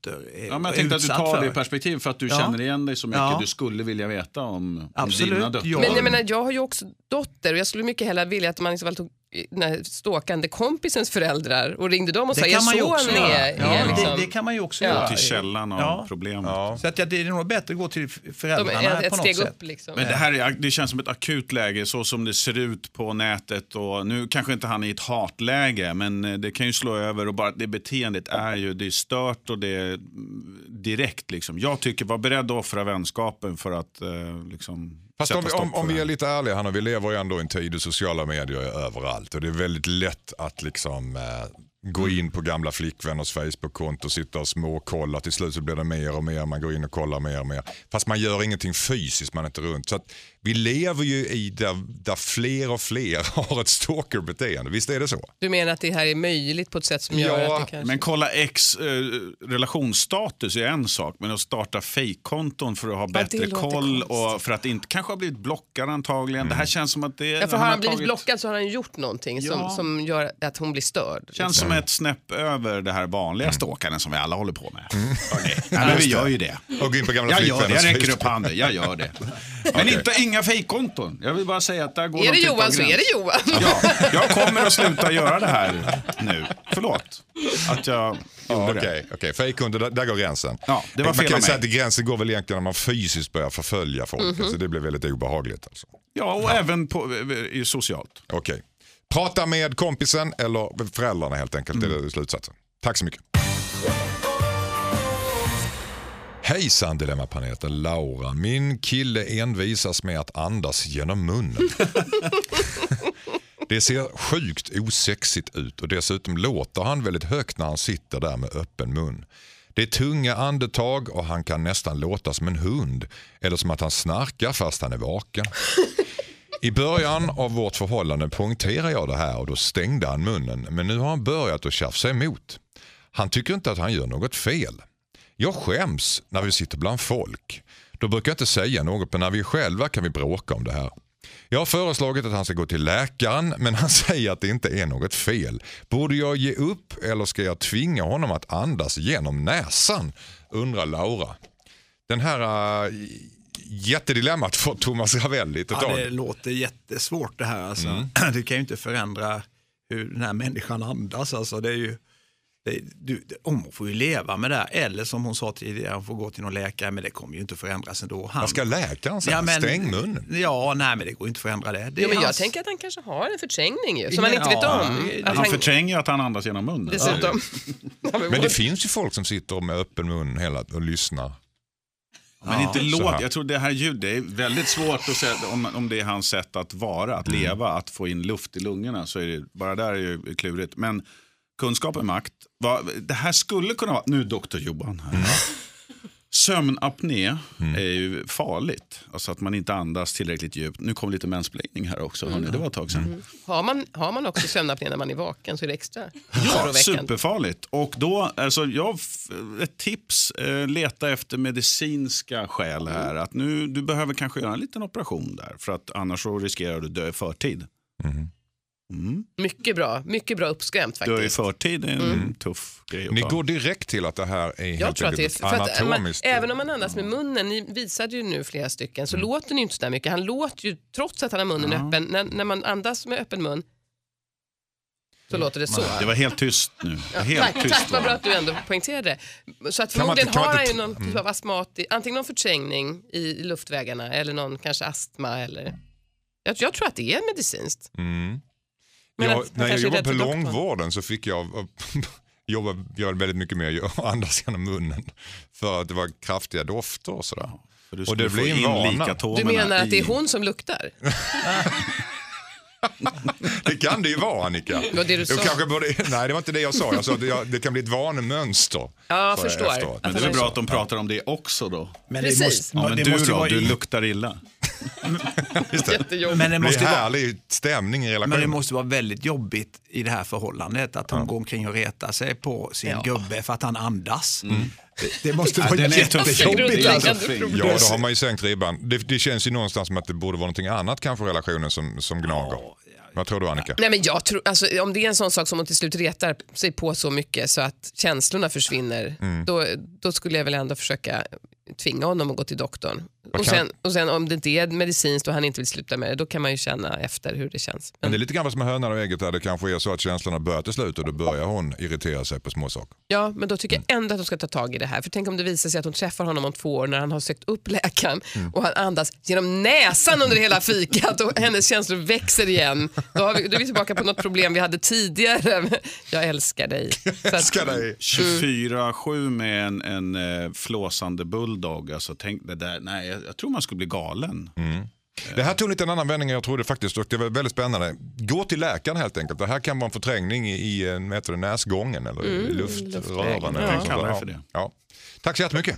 dotter är Ja, men jag tänkte att du utsatt tar för. det i perspektiv för att du känner igen dig så mycket du skulle vilja veta om Absolut, dina döttrar. ja. Men jag menar, jag har ju också dotter och jag skulle mycket hellre vilja att man i så fall tog den här ståkande kompisens föräldrar och ringde dem och sa, Det kan man ju son också göra. är liksom... Det kan man ju också Ja. göra. Till källan av problemet. Ja. Så att det är nog bättre att gå till De föräldrarna är på ett något steg sätt. upp liksom. Men det känns som ett akut läge så som det ser ut på nätet och nu kanske inte han är i ett hatläge men det kan ju slå över och bara det beteendet det är stört och det är direkt liksom. Jag tycker var beredd att offra vänskapen för att liksom Fast sätta stopp för om vi det. är lite ärliga här, vi lever ju ändå i en tid där sociala medier är överallt och det är väldigt lätt att liksom gå in på gamla flickvänners Facebook-konto och sitta och småkolla. Till slut så blir det mer och mer, man går in och kollar mer och mer. Fast man gör ingenting fysiskt, man är inte runt. Så att vi lever ju i där fler och fler har ett stalkerbeteende. Visst är det så? Du menar att det här är möjligt på ett sätt som gör att det kanske... Men kolla relationsstatus är en sak, men att starta fejkkonton för att ha bättre det låter koll och konstigt. för att inte kanske ha blivit blockad antagligen. Det här känns som att det Ja, för har han blivit tagit- blockad så har han gjort någonting som gör att hon blir störd. Känns som ett snäpp över det här vanliga stalkaren som vi alla håller på med. Nej, Ja, men vi just gör det. ju det. Och gå in på gamla Jag gör det, flickvänners jag räcker Facebook. upp handen, jag gör det. Men inga fejkkonton. Jag vill bara säga att där går Är någon det typ av Johan så gräns. är det Johan. Ja, jag kommer att sluta göra det här nu. Förlåt att jag gjorde det. Okej, fejkkonto, där går gränsen. Ja, det var man fel kan av väl säga mig. att gränsen går väl egentligen när man fysiskt börjar förfölja folk. Alltså, det blir väldigt obehagligt alltså. Ja, och även i socialt. Okej. Prata med kompisen eller föräldrarna helt enkelt, det är slutsatsen. Tack så mycket. Hejsan Dilemmapanelen, Laura. Min kille envisas med att andas genom munnen. Det ser sjukt osexigt ut och dessutom låter han väldigt högt när han sitter där med öppen mun. Det är tunga andetag och han kan nästan låta som en hund eller som att han snarkar fast han är vaken. I början av vårt förhållande poängterar jag det här och då stängde han munnen, men nu har han börjat att tjafsa emot. Han tycker inte att han gör något fel. Jag skäms när vi sitter bland folk. Då brukar jag inte säga något, men när vi är själva kan vi bråka om det här. Jag har föreslagit att han ska gå till läkaren, men han säger att det inte är något fel. Borde jag ge upp eller ska jag tvinga honom att andas genom näsan? Undrar Laura. Den här jättedilemmat för Thomas Ravelli. Ja, det låter jättesvårt det här. Alltså. Du kan ju inte förändra hur den här människan andas. Alltså, det är ju, hon får ju leva med det här. Eller som hon sa tidigare, hon får gå till någon läkare, men det kommer ju inte att förändras ändå. Vad ska läkaren säga? Stäng munnen. Ja, nej, men det går inte att förändra det. Det är Jo, men jag hans- tänker att han kanske har en förträngning ju, som han inte vet om. Att Han förtränger att han andas genom munnen. Dessutom. Men det finns ju folk som sitter med öppen mun och lyssnar. Men inte så lågt. här. Jag tror det här ljudet, det är väldigt svårt att säga om det är hans sätt att vara, att leva, att få in luft i lungorna. Så är det, bara där är ju klurigt. Men kunskap är makt. Det här skulle kunna vara, nu Dr. Johan här. Sömnapné är ju farligt. Alltså att man inte andas tillräckligt djupt. Nu kom lite mansplaining här också. Hörni, det var ett tag sedan. Har man också sömnapné när man är vaken så är det extra. Ja, superfarligt. Och då, alltså ett tips, leta efter medicinska skäl här. Att du behöver kanske göra en liten operation där. För att annars så riskerar du att dö i förtid. Mycket bra uppskrämt Dö i faktiskt. förtid är en tuff grej att Ni ta. går direkt till att det här är Jag helt tror att det är enkelt för att anatomiskt. även om man andas med munnen, ni visade ju nu flera stycken, så låter ni inte så där mycket. Han låter ju, trots att han har munnen öppen, när man andas med öppen mun så låter det så. Det var helt tyst nu. Helt tyst. Tack, vad bra att du ändå poängterade. Så att Kan man förmodligen inte- har han ju någon typ av antingen någon förträngning i luftvägarna eller någon kanske astma eller... Jag tror att det är medicinskt. Men att han När jag kanske är jobbade rädd på för doktorn. långvården så fick jag göra väldigt mycket mer och andas genom munnen för att det var kraftiga dofter och sådär. För du Och skulle det få blir en in vana. likatomerna Du menar att det är i- hon som luktar? Det kan det ju vara, Annika. Det var det du sa. Nej, det var inte det jag sa. Jag sa att det kan bli ett vanemönster. Ja, sa jag jag förstår. efteråt. Men det är väl bra att de pratar om det också då. Men Precis. det måste, Ja, men det du måste då, vara, du luktar illa. Jättejobbigt. men det Det måste är vara, härlig stämning i men det relationen. måste vara väldigt jobbigt i det här förhållandet att hon går omkring och retar sig på sin gubbe för att han andas. Det måste vara den är tuff. jättejobbigt. Alltså. Ja, då har man ju sänkt ribban. Det känns ju någonstans som att det borde vara någonting annat kanske i relationen som gnager. Vad tror du, Annika? Nej, men jag tror, alltså, om det är en sån sak som hon till slut retar sig på så mycket så att känslorna försvinner, då skulle jag väl ändå försöka tvinga honom att gå till doktorn. Och sen om det inte är medicinskt och han inte vill sluta med det, då kan man ju känna efter hur det känns. Men det är lite grann som med hönan och ägget där. Det kanske är så att känslorna börjar till slut och då börjar hon irritera sig på små saker. Ja, men då tycker jag ändå att hon ska ta tag i det här. För tänk om det visar sig att hon träffar honom om 2 år när han har sökt upp läkaren och han andas genom näsan under hela fikat och hennes känslor växer igen. Då är vi tillbaka på något problem vi hade tidigare. Jag älskar dig. Jag älskar dig. 24/7 med en flåsande bulldog. Alltså, tänk det där. Nej, jag tror man skulle bli galen. Det här tog lite en annan vändning än jag trodde faktiskt, och det var väldigt spännande. Gå till läkaren helt enkelt. Det här kan vara en förträngning i näsgången eller luftrören. Jag kan kalla det för det. Ja. Tack så jättemycket.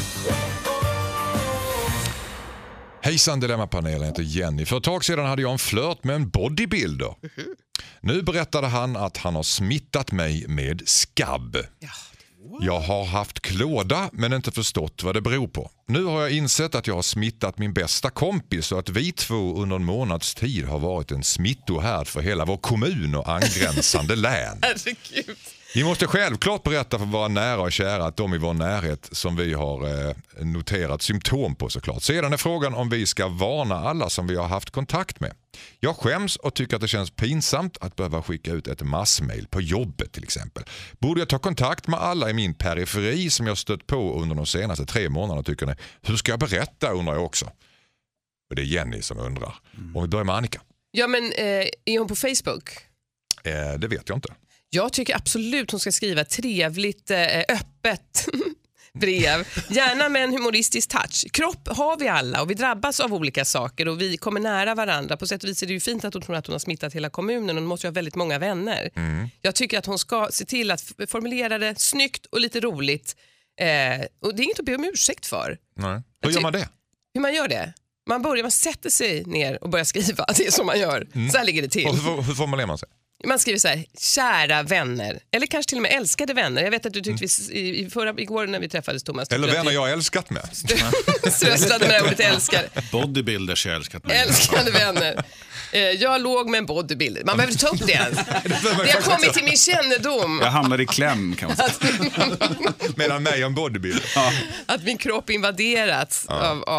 Hejsan Dilemmapanelen, jag heter Jenny. För ett tag sedan hade jag en flört med en bodybuilder. Nu berättade han att han har smittat mig med skabb. Jag har haft klåda men inte förstått vad det beror på. Nu har jag insett att jag har smittat min bästa kompis och att vi 2 under en månads tid har varit en smittohärd för hela vår kommun och angränsande län. Herregud. Vi måste självklart berätta för våra nära och kära att de i vår närhet som vi har noterat symptom på såklart. Sedan är frågan om vi ska varna alla som vi har haft kontakt med. Jag skäms och tycker att det känns pinsamt att behöva skicka ut ett massmail på jobbet till exempel. Borde jag ta kontakt med alla i min periferi som jag stött på under de senaste 3 månaderna, tycker ni? Hur ska jag berätta, undrar jag också. Och det är Jenny som undrar. Om vi börjar med Annika. Ja, men är hon på Facebook? Det vet jag inte. Jag tycker absolut hon ska skriva trevligt, öppet brev. Gärna med en humoristisk touch. Kropp har vi alla och vi drabbas av olika saker och vi kommer nära varandra. På sätt och vis är det ju fint att hon tror att hon har smittat hela kommunen och hon måste ju ha väldigt många vänner. Jag tycker att hon ska se till att formulera det snyggt och lite roligt. Och det är inget att be om ursäkt för. Nej. Hur gör man det? Hur man gör det? Man sätter sig ner och börjar skriva. Det är som man gör. Så här ligger det till. Och hur formulerar man sig? Man skriver så här: kära vänner. Eller kanske till och med älskade vänner. Jag vet att du tyckte igår när vi träffades, Thomas. Eller vänner jag älskat med. Ströslade med ordet älskar. Bodybuilders jag älskat med. Älskade vänner. Jag låg med en bodybuilder. Man behöver ta upp det ens. Det har kommit till min kännedom. Jag hamnar i kläm kan man säga. Mellan mig och en bodybuilder. Att min kropp invaderats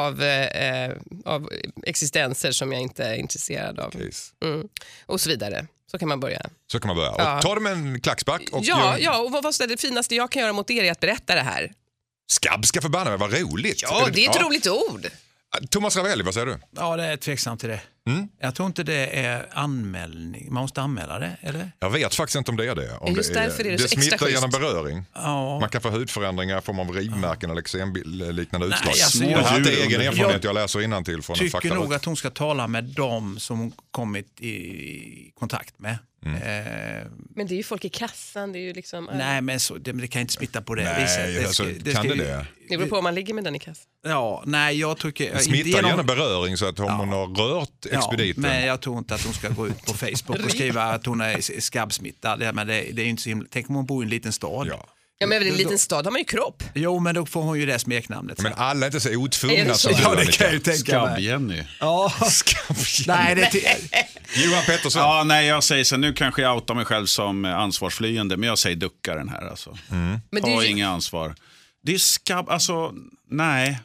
av existenser som jag inte är intresserad av. Och så vidare. Så kan man börja. Så kan man börja. Och ta det med en klacksback. Och och vad är det finaste jag kan göra mot er är att berätta det här. Skabb ska förbanna mig, vad roligt. Ja, det är ett roligt ord. Thomas Ravelli, vad säger du? Ja, det är tveksamt till det. Jag tror inte det är anmälning. Man måste anmäla det, eller? Jag vet faktiskt inte om det är det. Om just därför är det så extra smittar schysst. genom beröring. Ja. Man kan få hudförändringar, form av rivmärken eller liknande utslag. alltså, Det här är inte egen jag erfarenhet, jag läser innantill från en tycker fakta. nog att hon ska tala med dem som hon kommit i kontakt med. Men det är ju folk i kassan, det är ju liksom... Nej, men det kan inte smitta på det Nej, viset. alltså, kan det? Det beror på om man ligger med den i kassan. Ja, nej, jag tycker... Smittar genom beröring så att om hon har rört expediten. Men jag tror inte att hon ska gå ut på Facebook och skriva att hon är skabbsmittad. Men det är inte så himla... Tänk om hon bor i en liten stad. Ja, men i en liten stad har man ju kropp. Jo, men då får hon ju det smeknamnet. Men alla är inte så otvungna så? som Ja, det kan jag ju tänka mig. Skabb-Jenny. Ja, nej, Johan Pettersson. Ja, nej, jag säger så. Nu kanske jag outar mig själv som ansvarsflyende, men jag säger duckaren här alltså. Men det är Ta ju... inga ansvar. Det är skabb, alltså nej.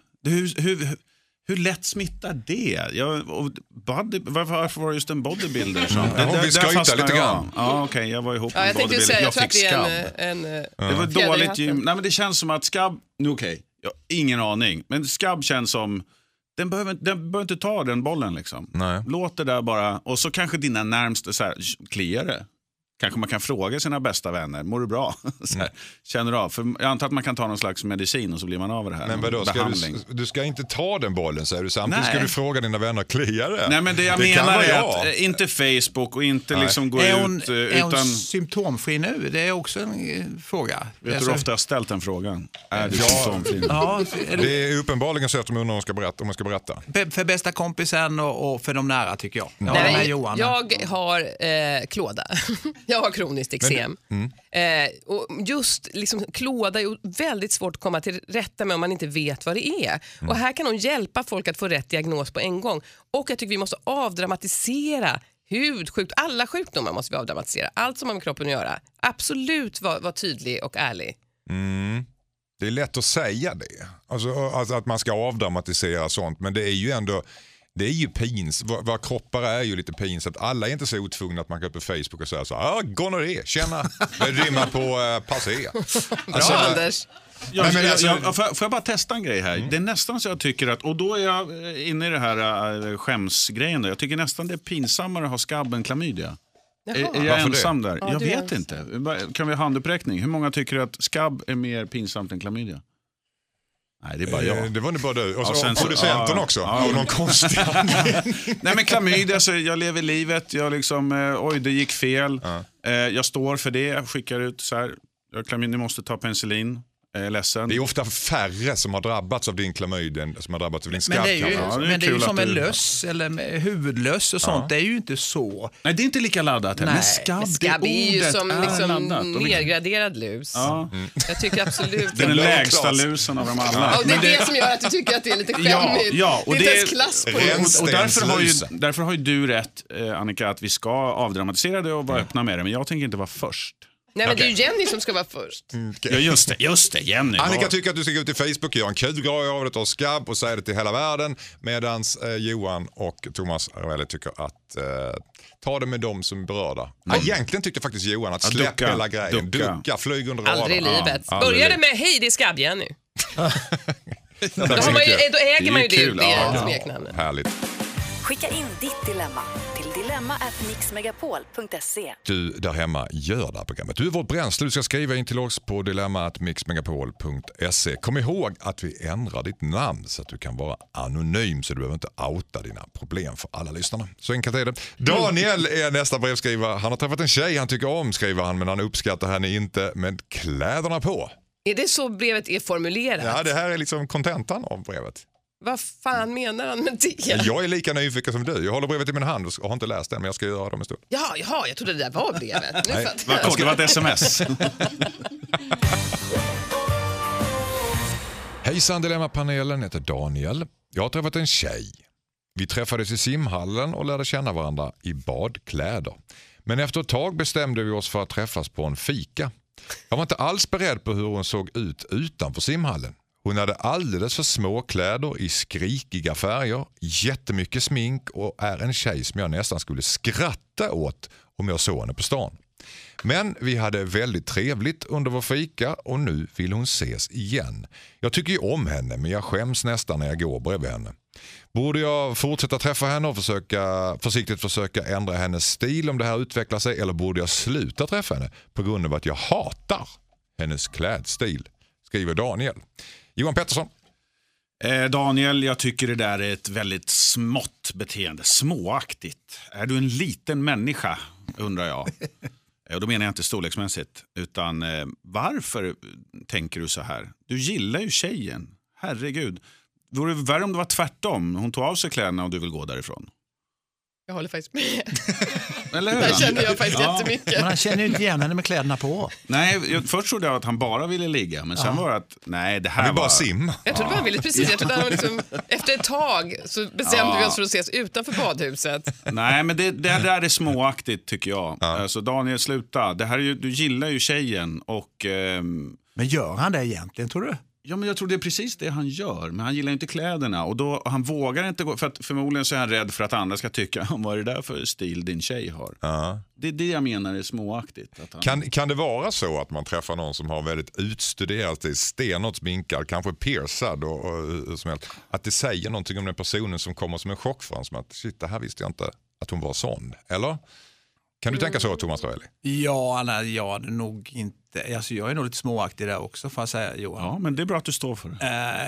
Hur lätt smittar det? Varför var det just en bodybuilder? Vi ska inte lite grann. Ja, okej, jag var ihop med Ja, en jag tänkte bodybuilder. säga, Jag fick skabb. Det var dåligt gym. Nej, men det känns som att skabb... Okej, jag har ingen aning. Men skabb känns som... Den behöver inte ta den bollen liksom. Nej. Låt det där bara. Och så kanske dina närmaste så här, kliar det. Kanske man kan fråga sina bästa vänner. Mår du bra? Så här, känner du av? För jag antar att man kan ta någon slags medicin och så blir man av det här. Men vadå, du ska inte ta den bollen, säger du. Samtidigt ska du fråga dina vänner, kliar det? Nej, men det jag menar är att inte Facebook och inte liksom gå ut utan... Är hon symptomfri nu? Det är också en fråga. Vet du hur ofta jag har ställt den frågan? Är du symptomfri? Ja, det är uppenbarligen så att de undrar om man ska berätta. För bästa kompisen och för de nära, tycker jag. Ja. Nej, Johan. jag har klåda. Jag har kroniskt eksem. Och just liksom, klåda är ju väldigt svårt att komma till rätta med om man inte vet vad det är. Och här kan hon hjälpa folk att få rätt diagnos på en gång. Och jag tycker vi måste avdramatisera hudsjukt, alla sjukdomar måste vi avdramatisera. Allt som har med kroppen att göra. Absolut var tydlig och ärlig. Det är lätt att säga det. Alltså att man ska avdramatisera sånt. Men det är ju ändå... Det är ju pins. Våra kroppar är ju lite pins. Att alla är inte så otvungna att man går på Facebook och säger så gonorré, tjena. Det rimmar på passé. Bra, Anders. Får jag bara testa en grej här? Det är nästan så jag tycker att, och då är jag inne i det här skämsgrejen. Jag tycker nästan det är pinsammare att ha skabb än klamydia. Är jag ensam där? Jag vet inte. Kan vi ha handuppräckning? Hur många tycker att skabb är mer pinsamt än klamydia? Nej, det är bara jag. Det var nu bara du. Och så producenten också. Av någon konstig Nej, men klamydia, så jag lever livet. Jag liksom, oj, det gick fel. Jag står för det. Jag skickar ut så här. Ni måste ta penicillin. Ledsen. Det är ofta färre som har drabbats av din klamydia än som har drabbats av din skabb. Men det är ju som en löss eller huvudlöss och sånt. Det är ju inte så. Nej, det är inte lika laddat. Men skabb är ju som liksom nedgraderad lus. Jag tycker absolut. Det är den lägsta lusen av dem alla. Och det är det som gör att du tycker att det är lite skämmigt. Ja, och det är klass på och därför har ju du rätt, Annika, att vi ska avdramatisera det och vara öppna med det. Men jag tänker inte vara först. Nej, men det är ju Jenny som ska vara först. Ja, just det, Jenny. Annika tycker att du ska gå ut i Facebook och göra en kul grej av det och skabb och säga det till hela världen. Medan Johan och Thomas Ravelli tycker att ta det med dem som är berörda. Egentligen tycker faktiskt Johan att släppa hela grejen. Ducka, flyg under radarn. Aldrig i livet. Började med hej, det är skabb, Jenny. Då äger man ju det smeknamnet. Härligt. Skicka in ditt dilemma till dilemma@mixmegapol.se. Du där hemma, gör det här programmet. Du är vårt bränsle. Du ska skriva in till oss på dilemma@mixmegapol.se. Kom ihåg att vi ändrar ditt namn så att du kan vara anonym, så du behöver inte outa dina problem för alla lyssnarna. Så enkelt är det. Daniel är nästa brevskrivare. Han har träffat en tjej han tycker om, skriver han, men han uppskattar henne inte med kläderna på. Är det så brevet är formulerat? Ja, det här är liksom kontentan av brevet. Vad fan menar han med det? Jag är lika nyfiken som du. Jag håller brevet i min hand och har inte läst den, men jag ska göra det om en stund. Jaha, jag trodde det där var brevet. Nej, det var ett sms. Hejsan Dilemma-panelen, heter Daniel. Jag har träffat en tjej. Vi träffades i simhallen och lärde känna varandra i badkläder. Men efter ett tag bestämde vi oss för att träffas på en fika. Jag var inte alls beredd på hur hon såg ut utanför simhallen. Hon hade alldeles för små kläder i skrikiga färger, jättemycket smink och är en tjej som jag nästan skulle skratta åt om jag såg henne på stan. Men vi hade väldigt trevligt under vår fika och nu vill hon ses igen. Jag tycker ju om henne, men jag skäms nästan när jag går bredvid henne. Borde jag fortsätta träffa henne och försiktigt försöka ändra hennes stil om det här utvecklar sig, eller borde jag sluta träffa henne på grund av att jag hatar hennes klädstil? Skriver Daniel. Johan Pettersson. Daniel, jag tycker det där är ett väldigt smått beteende. Småaktigt. Är du en liten människa, undrar jag. Och då menar jag inte storleksmässigt. Utan varför tänker du så här? Du gillar ju tjejen. Herregud. Vore det värre om det var tvärtom? Hon tog av sig kläderna och du vill gå därifrån. Jag håller faktiskt med. Eller hur? Där känner jag faktiskt jättemycket. Men han känner ju inte igen henne med kläderna på. Nej, först trodde jag att han bara ville ligga. Men sen var det att, nej, det här var... bara simma. Jag trodde han ville precis. Jag trodde han liksom, efter ett tag så bestämde vi oss för att ses utanför badhuset. Nej, men det där är småaktigt tycker jag. Alltså Daniel, sluta. Det här är ju, du gillar ju tjejen och... Men gör han det egentligen, tror du? Ja, men jag tror det är precis det han gör. Men han gillar inte kläderna. Och då, han vågar inte gå. För att förmodligen så är han rädd för att andra ska tycka vad är det där för stil din tjej har. Det är det jag menar är småaktigt. Att han... kan det vara så att man träffar någon som har väldigt utstuderat, stenåt sminkad, kanske piercad och som helst, att det säger någonting om den personen som kommer som en chock för en, som att shit, det här visste jag inte att hon var sån. Eller? Kan du tänka så, Thomas Ravelli? Ja, nej, jag är nog inte. Alltså, jag är nog lite småaktig där också, får jag säga, Johan. Ja, men det är bra att du står för det.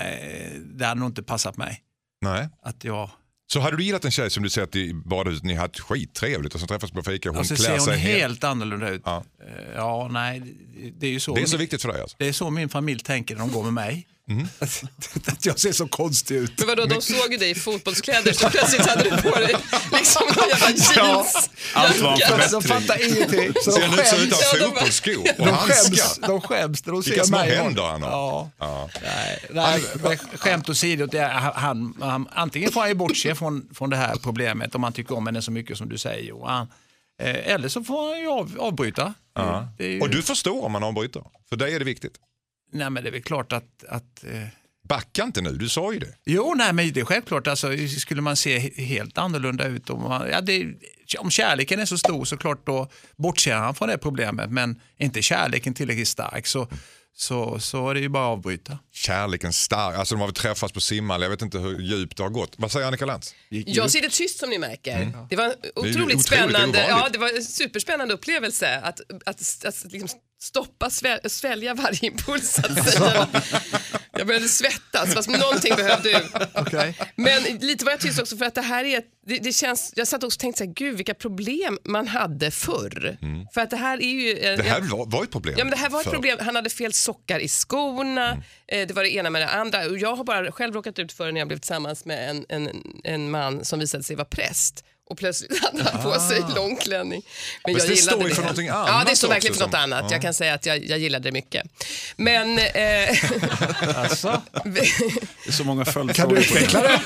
Det hade nog inte passat mig. Nej. Att jag... Så hade du gillat en tjej som du sett i badhuset, ni hade skittrevligt och så träffas på fika, hon alltså, klär ser sig hon helt annorlunda ut. Ja, nej, det är ju så. Det är så viktigt för dig alltså? Det är så min familj tänker när de går med mig. Att jag ser så konstig ut. Men vadå, de såg ju dig i fotbollskläder så plötsligt hade du på dig liksom någon jävla jeans. Allt var en Så förbättring. fattar ingenting. Så Ser han ut som utan Ja, de- fotbollsskor och handskar? de skäms när de ser Vilka små mig. händer han har. Ja. Nej, men skämt åsido, han antingen får han ju bortse från det här problemet om han tycker om henne så mycket som du säger, Johan. Eller så får han ju avbryta. Ja. Det är ju, Och du förstår om man avbryter. För dig är det viktigt. nej, men det är väl klart att Backa inte nu, du sa ju det. jo, nej, men det är självklart. Alltså, skulle man se helt annorlunda ut om kärleken är så stor, så klart då bortser han från det problemet. Men är inte kärleken tillräckligt stark så är det ju bara att avbryta. Kärleken stark. Alltså de har väl träffats på Simhall. Jag vet inte hur djupt det har gått. Vad säger Annika Lantz? Jag sitter tyst som ni märker. Det var otroligt otroligt spännande. ovanligt. Ja, det var en superspännande upplevelse att liksom stoppa, svälja varje impuls så att säga. Jag började svettas, fast någonting behövde ut. Okay. Men lite var jag tyst också för att det här är, det känns, jag satt också och tänkte så här, gud vilka problem man hade förr. För att det här är ju... Det här var ett problem. Ja, men det här var ett problem. Han hade fel sockar i skorna. Det var det ena med det andra. Och jag har bara själv råkat ut för när jag blev tillsammans med en man som visade sig vara präst. Och plötsligt hade han på sig långklänning. Men Fast jag det gillade står ju för någonting annat. Ja, det står verkligen också för något annat. Jag kan säga att jag gillade det mycket. Men... Alltså, Det är så många kan du följdfrågor. utveckla det?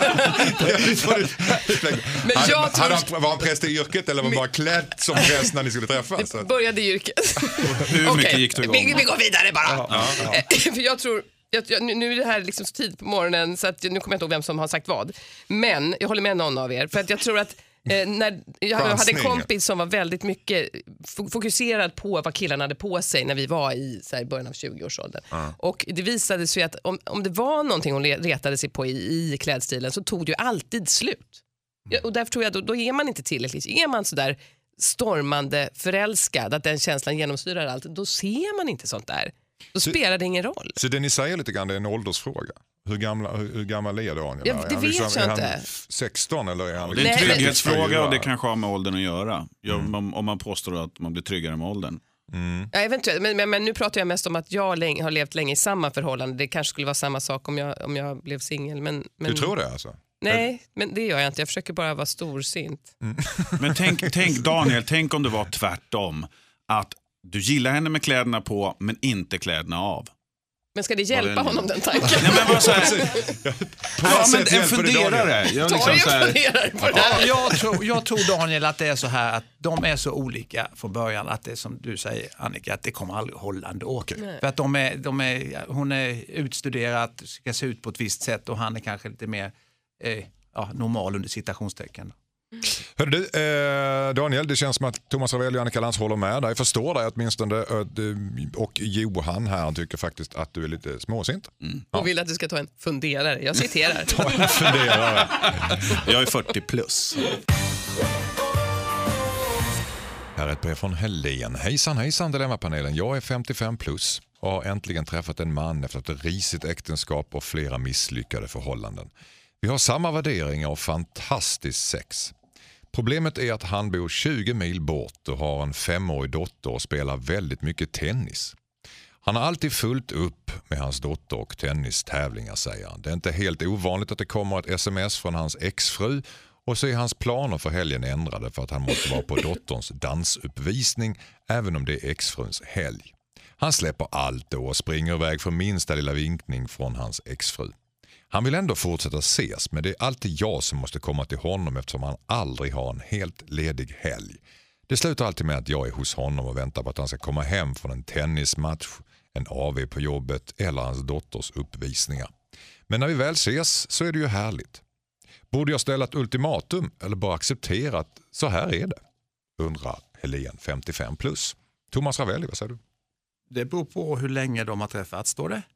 Men jag tror... Var han präst i yrket eller var han bara klädd som präst när ni skulle träffas? Det började i yrket. Hur mycket Okej, gick du igång? vi går vidare bara. För jag tror... Nu är det här liksom så tid på morgonen så att nu kommer jag inte ihåg vem som har sagt vad. Men jag håller med någon av er. För att jag tror att när jag hade en kompis som var väldigt mycket fokuserad på vad killarna hade på sig när vi var i så här, början av 20-årsåldern. Och det visade sig att om det var någonting hon retade sig på i klädstilen så tog det ju alltid slut. Och därför tror jag då är man inte tillräckligt. Är man så där stormande förälskad att den känslan genomsyrar allt, då ser man inte sånt där. Då spelar det ingen roll. Så det ni säger lite grann, det är en åldersfråga. Hur gammal är Daniel? Ja, det vet jag inte. Är han 16 eller är han... Det är en Nej, men- trygghetsfråga och det kanske har med åldern att göra. Om man påstår att man blir tryggare med åldern. Ja, eventuellt. Men nu pratar jag mest om att jag har levt länge i samma förhållande. Det kanske skulle vara samma sak om jag blev singel. Men... Du tror det alltså? Nej, men det gör jag inte. Jag försöker bara vara storsint. Men tänk Daniel, tänk om det var tvärtom. Att du gillar henne med kläderna på men inte kläderna av. Men ska det hjälpa honom den tanken? Nej, men bara så här, ja, men en hjälper det funderare. Jag Ta liksom och så här, funderar på det här. Jag tror Daniel att det är så här att de är så olika från början att det som du säger Annika att det kommer aldrig hålla ändå. För att hon är utstuderad, ska se ut på ett visst sätt och han är kanske lite mer normal under citationstecken. Hörru du, Daniel, det känns som att Thomas Ravelli och Annika Lantz håller med dig. Jag förstår dig åtminstone. Och Johan här, han tycker faktiskt att du är lite småsint. Och vill att du ska ta en funderare. Jag citerar. jag är 40 plus. Här är ett brev från Helen. Hejsan Dilemmapanelen. Jag är 55 plus och har äntligen träffat en man efter ett risigt äktenskap och flera misslyckade förhållanden. Vi har samma värderingar och fantastiskt sex. Problemet är att han bor 20 mil bort och har en 5-årig dotter och spelar väldigt mycket tennis. Han har alltid fullt upp med hans dotter och tennistävlingar, säger han. Det är inte helt ovanligt att det kommer ett sms från hans exfru och så är hans planer för helgen ändrade för att han måste vara på dotterns dansuppvisning även om det är exfruns helg. Han släpper allt då och springer iväg för minsta lilla vinkning från hans exfru. Han vill ändå fortsätta ses, men det är alltid jag som måste komma till honom eftersom han aldrig har en helt ledig helg. Det slutar alltid med att jag är hos honom och väntar på att han ska komma hem från en tennismatch, en AV på jobbet eller hans dotters uppvisningar. Men när vi väl ses så är det ju härligt. Borde jag ställa ett ultimatum eller bara acceptera att så här är det? Undrar Helen 55 plus. Thomas Ravelli, vad säger du? Det beror på hur länge de har träffats, står det?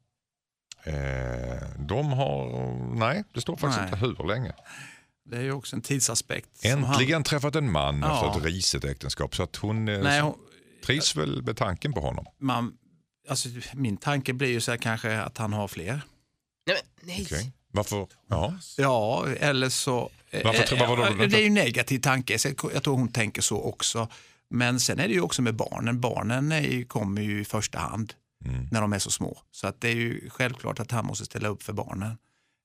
Nej, det står faktiskt inte hur länge. Det är ju också en tidsaspekt. Äntligen träffat en man efter ett risigt äktenskap så att hon trivs väl med tanken på honom. Min tanke blir ju så här kanske att han har fler. Nej. Okay. Varför? Ja, eller så... det är ju en negativ tanke. Så jag tror hon tänker så också. Men sen är det ju också med barnen. Barnen kommer ju i första hand. när de är så små. Så att det är ju självklart att han måste ställa upp för barnen.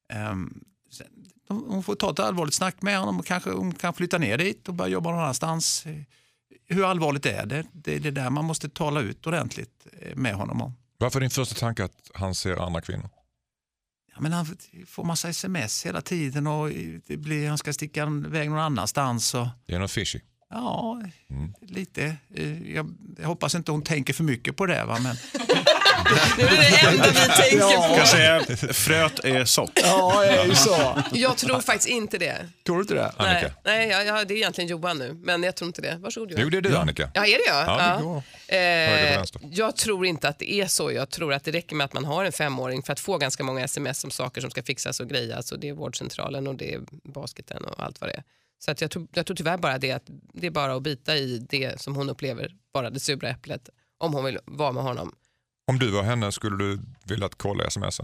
Hon får ta ett allvarligt snack med honom och kanske hon kan flytta ner dit och börja jobba någon annanstans. Hur allvarligt är det? Det är det där man måste tala ut ordentligt med honom om. Varför är din första tanke att han ser andra kvinnor? Ja, men han får massa sms hela tiden och han ska sticka iväg någon annanstans. Och... Det är något fishy. Ja, lite. Jag hoppas inte hon tänker för mycket på det, va? Men... Det är det enda vi tänker på. Jag kan säga fröet är sått. Ja, det är ju så. Jag tror faktiskt inte det. Tror du inte det? Annika? Nej, det är egentligen Johan nu. Men jag tror inte det. Varsågod Johan. Jo, det är du Annika. Ja, är det jag? Ja, det går. Höger på vänster. Jag tror inte att det är så. Jag tror att det räcker med att man har en 5-åring för att få ganska många sms om saker som ska fixas och grejas. Och det är vårdcentralen och det är basketen och allt vad det är. Så att jag tror tyvärr bara det att det är bara att bita i det som hon upplever, bara det sura äpplet, om hon vill vara med honom. Om du var henne skulle du vilja att kolla sms'en?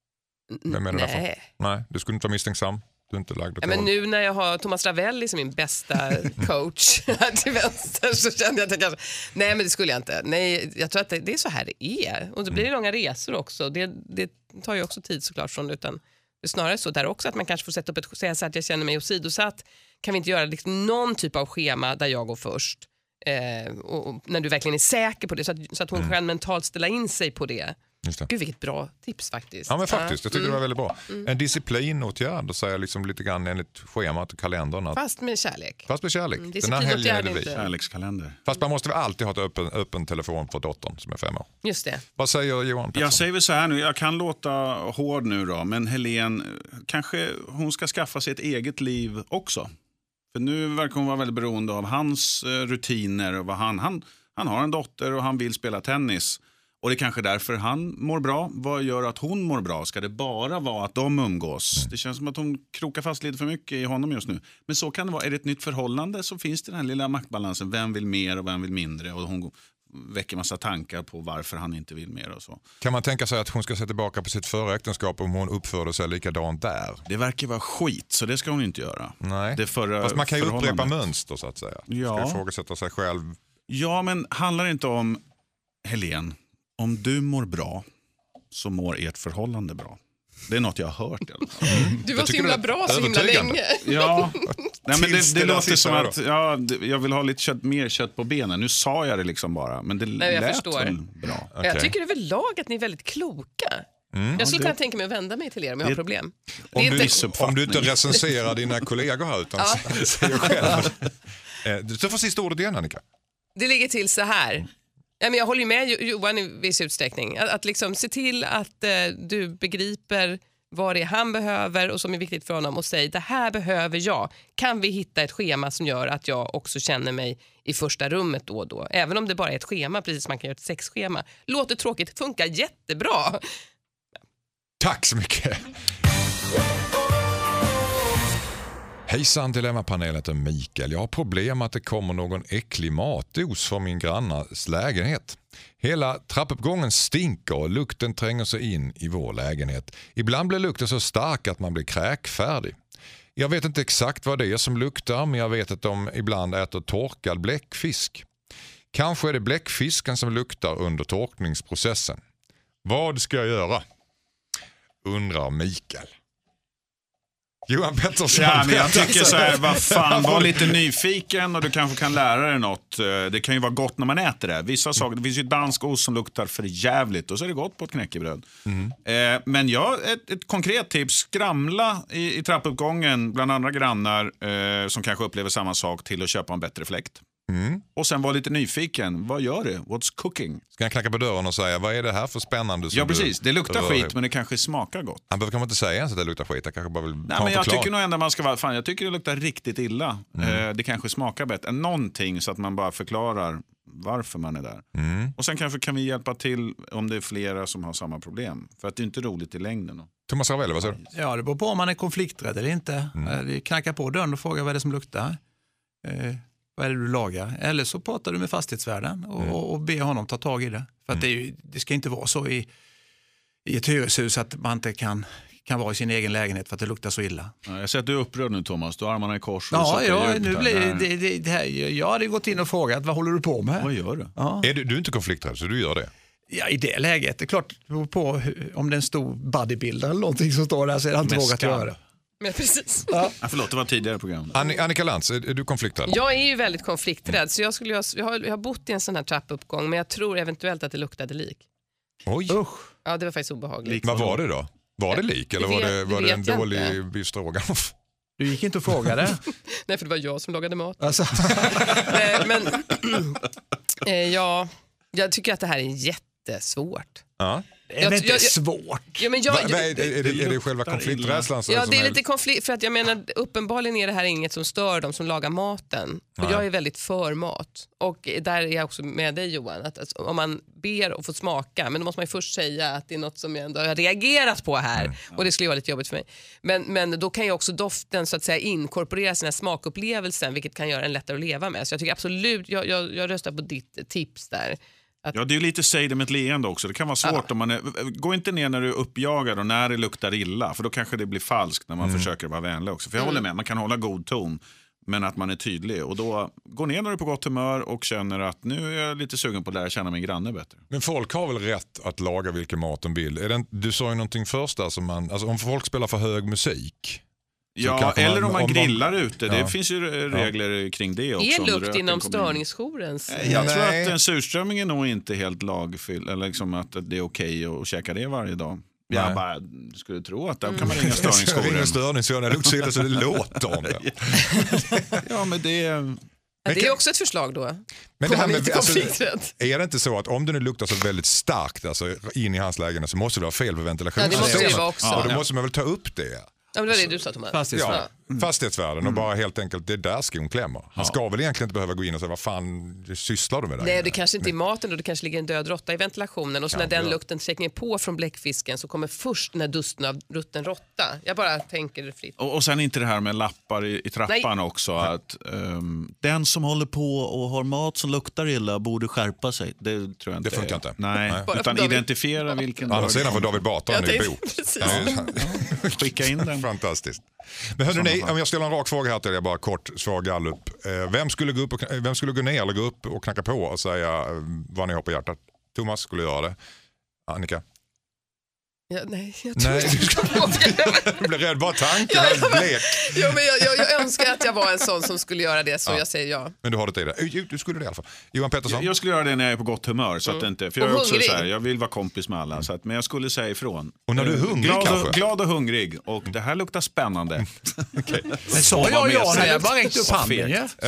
Nej, du skulle inte vara misstänksam. Du är inte lagd åt men nu när jag har Thomas Ravelli som min bästa coach här till vänster så kände jag att jag kanske... Nej, men det skulle jag inte. Nej, jag tror att det är så här det är. Och så blir det långa resor också. Det tar ju också tid såklart från, utan det är snarare så där också att man kanske får sätta upp säga så att jag känner mig åsidosatt. Kan vi inte göra liksom någon typ av schema där jag går först? Och när du verkligen är säker på det så att hon kan mentalt ställa in sig på det. Just det. Gud, vilket bra tips faktiskt. Ja, men faktiskt, jag tycker det var väldigt bra. En disciplinåtgärd och säga liksom lite grann enligt schemat och kalendern. Fast med kärlek. Fast med kärlek. Den här helgen är det vi. Kärlekskalender. Fast man måste väl alltid ha ett öppen telefon för dottern som är 5 år. Just det. Vad säger Johan Pettersson? Jag säger väl så här nu, jag kan låta hård nu då, men Helene, kanske hon ska skaffa sig ett eget liv också. För nu verkar hon vara väldigt beroende av hans rutiner och vad han har en dotter och han vill spela tennis. Och det är kanske därför han mår bra. Vad gör att hon mår bra? Ska det bara vara att de umgås? Det känns som att hon krokar fast lite för mycket i honom just nu. Men så kan det vara. Är det ett nytt förhållande så finns det den här lilla maktbalansen. Vem vill mer och vem vill mindre? Och hon väcker massa tankar på varför han inte vill mer och så. Kan man tänka sig att hon ska se tillbaka på sitt förra äktenskap om hon uppförde sig likadant där? Det verkar vara skit, så det ska hon inte göra. Nej, det fast man kan ju upprepa mönster så att säga. Ja. Ska ifrågasätta sig själv. Ja, men handlar det inte om, Helene, om du mår bra så mår ert förhållande bra. Det är något jag har hört i alla fall. Du var så himla bra så himla länge. Ja, nej, men det låter som att jag vill ha lite mer kött på benen. Nu sa jag det liksom bara, men det lät väl bra. Okay. Jag tycker överlag att ni är väldigt kloka. Jag skulle kunna tänka mig att vända mig till er om jag har problem. Om du inte recenserar dina kollegor här utan säger själv. Du får sista ordet igen, Annika. Det ligger till så här. Ja, men jag håller med Johan i viss utsträckning. Att liksom se till att du begriper vad det är han behöver och som är viktigt för honom och säg det här behöver jag. Kan vi hitta ett schema som gör att jag också känner mig i första rummet då och då? Även om det bara är ett schema, precis som man kan göra ett sexschema. Låter tråkigt, funkar jättebra. Tack så mycket. Hejsan Dilemmapanelen till Mikael. Jag har problem att det kommer någon äcklig matos från min grannas lägenhet. Hela trappuppgången stinker och lukten tränger sig in i vår lägenhet. Ibland blir lukten så stark att man blir kräkfärdig. Jag vet inte exakt vad det är som luktar, men jag vet att de ibland äter torkad bläckfisk. Kanske är det bläckfisken som luktar under torkningsprocessen. Vad ska jag göra? Undrar Mikael. Johan Pettersson. Ja, men jag tycker så här, vad fan, var lite nyfiken och du kanske kan lära dig något. Det kan ju vara gott när man äter det. Vissa saker, det finns ju dansk ost som luktar för jävligt och så är det gott på ett knäckebröd. Men ett konkret tips, skramla i trappuppgången bland andra grannar som kanske upplever samma sak till att köpa en bättre fläkt. Och sen var lite nyfiken. Vad gör det? What's cooking? Ska jag knacka på dörren och säga, vad är det här för spännande? Ja, precis. Det luktar skit, men det kanske smakar gott. Han behöver kanske inte säga ens att det luktar skit. Jag kanske bara vill Nej, men jag tycker nog ändå man ska vara, fan, jag tycker det luktar riktigt illa. Det kanske smakar bättre. Någonting så att man bara förklarar varför man är där. Och sen kanske kan vi hjälpa till om det är flera som har samma problem. För att det är inte roligt i längden. Thomas Ravelli, vad säger du? Ja, det beror på om man är konflikträdd eller inte. Knacka på dörren och fråga vad är det som luktar. Vad är det du lagar? Eller så pratar du med fastighetsvärden och ber honom ta tag i det. För att det ska inte vara så i ett hyreshus att man inte kan vara i sin egen lägenhet för att det luktar så illa. Ja, jag ser att du är upprörd nu, Thomas. Du har armarna i kors. Nu blir det här. Jag hade gått in och frågat, vad håller du på med? Vad gör du? Ja. Du är inte konflikträdd så du gör det? Ja, i det läget. Det är klart, på om det är en stor bodybuilder eller någonting som står där så är det inte vågat göra det. Men precis. Ja, förlåt, det var tidigare program. Annika Lantz, är du konflikträdd? Jag är ju väldigt konflikträdd så jag har bott i en sån här trappuppgåång men jag tror eventuellt att det luktade lik. Oj. Ja, det var faktiskt obehagligt. Vad var det då? Var det lik eller var det en dålig beef stroganoff? Du gick inte och frågade? Nej, för det var jag som lagade mat. Alltså. Jag tycker att det här är jättesvårt. Ja. Det är inte svårt. Ja, men är det själva konflikträdslan? Ja, det är lite konflikt för att jag menar uppenbarligen är det här inget som stör dem som lagar maten. Och jag är väldigt för mat. Och där är jag också med dig Johan att alltså, om man ber att få smaka men då måste man ju först säga att det är något som jag ändå har reagerat på här och det skulle vara lite jobbigt för mig. Men då kan ju också doften så att säga inkorporera sina smakupplevelsen vilket kan göra den lättare att leva med. Så jag tycker absolut, jag röstar på ditt tips där. Ja, det är ju lite säg det med ett leende också. Det kan vara svårt om man gå inte ner när du är uppjagad och när det luktar illa. För då kanske det blir falskt när man försöker vara vänlig också. För jag håller med, man kan hålla god ton. Men att man är tydlig. Och då gå ner när du är på gott humör och känner att nu är jag lite sugen på att lära känna min granne bättre. Men folk har väl rätt att laga vilken mat de vill. Du sa ju någonting först där som alltså om folk spelar för hög musik. Ja, eller om man grillar ute. Det finns ju regler kring det också. Är lukt inom störningsjourens? Jag tror att en surströmming är nog inte helt lagfylld. Eller liksom att det är okej att käka det varje dag. Jag bara skulle tro att där kan man ringa störningsjouren. Ringa störningsjouren, det luktar så illa så det låter om det. Ja, men det är också ett förslag då. Men det här med, alltså, är det inte så att om det nu luktar så väldigt starkt alltså, in i hans lägenhet så måste det vara fel på ventilationen? Ja, det måste det vara också. Och då måste man väl ta upp det. Ja, men det var det du sa Thomas. Fastighetsvärden och bara helt enkelt det är där skon klämmer. Han ska väl egentligen inte behöva gå in och säga vad fan sysslar du med där? Nej, det kanske inte är maten då, det kanske ligger en död råtta i ventilationen och så när den lukten tränger på från bläckfisken så kommer först den här dusten av rutten råtta. Jag bara tänker fritt. Och sen inte det här med lappar i trappan också. Att den som håller på och har mat som luktar illa borde skärpa sig. Det tror jag inte. Det funkar inte. Nej. Utan identifiera vilken. Annars sedan får David Batra en ny bok. Skicka in den. Fantastiskt. Men hörni, om jag ställer en rak fråga här till er, bara kort svar gallup. Vem skulle gå ner eller gå upp och knacka på och säga vad ni har på hjärtat? Thomas skulle göra det. Annika? Ja, nej, jag tror du blir rädd, bara tanken blek. Ja, men jag önskar att jag var en sån som skulle göra det, så jag säger ja. Men du har det i det. Du skulle det i alla fall. Johan Pettersson? Jag skulle göra det när jag är på gott humör. Så att inte, för jag är också så här, jag vill vara kompis med alla. Så att, men jag skulle säga ifrån. Och när du är hungrig glad och hungrig. Och det här luktar spännande. Okay. Men sa jag när jag bara räckte upp handen?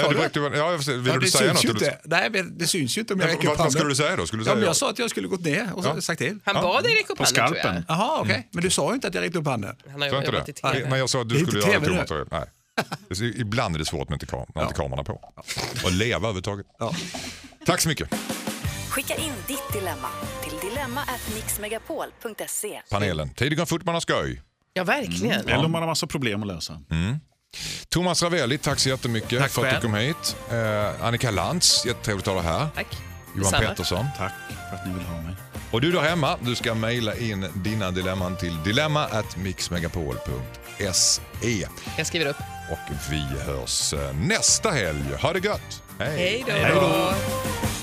Vill du säga något? Nej, det syns ju inte om jag räcker upp handen. Vad skulle du säga då? Jag sa att jag skulle gått ner och sagt till. Han bad dig räcka upp handen, tror jag. Jaha, okej. Men du sa ju inte att jag räckte upp handen. Han har jobbat i TV. Men jag sa att du skulle göra det, Thomas. Nej. Ibland är det svårt med inte kamerorna på. Och leva överhuvudtaget. Ja. Tack så mycket. Skicka in ditt dilemma till dilemma@mixmegapol.se. Panelen. Tidigare fort man har skoj. Ja, verkligen. Eller om man har massa problem att lösa. Thomas Ravelli, tack så jättemycket för att du kom hit. Annika Lantz, jättetrevligt att ha dig här. Tack. Johan Pettersson. Tack för att ni vill ha mig. Och du där hemma, du ska mejla in dina dilemman till dilemma@mixmegapol.se. Jag skriver upp. Och vi hörs nästa helg. Ha det gött! Hej då!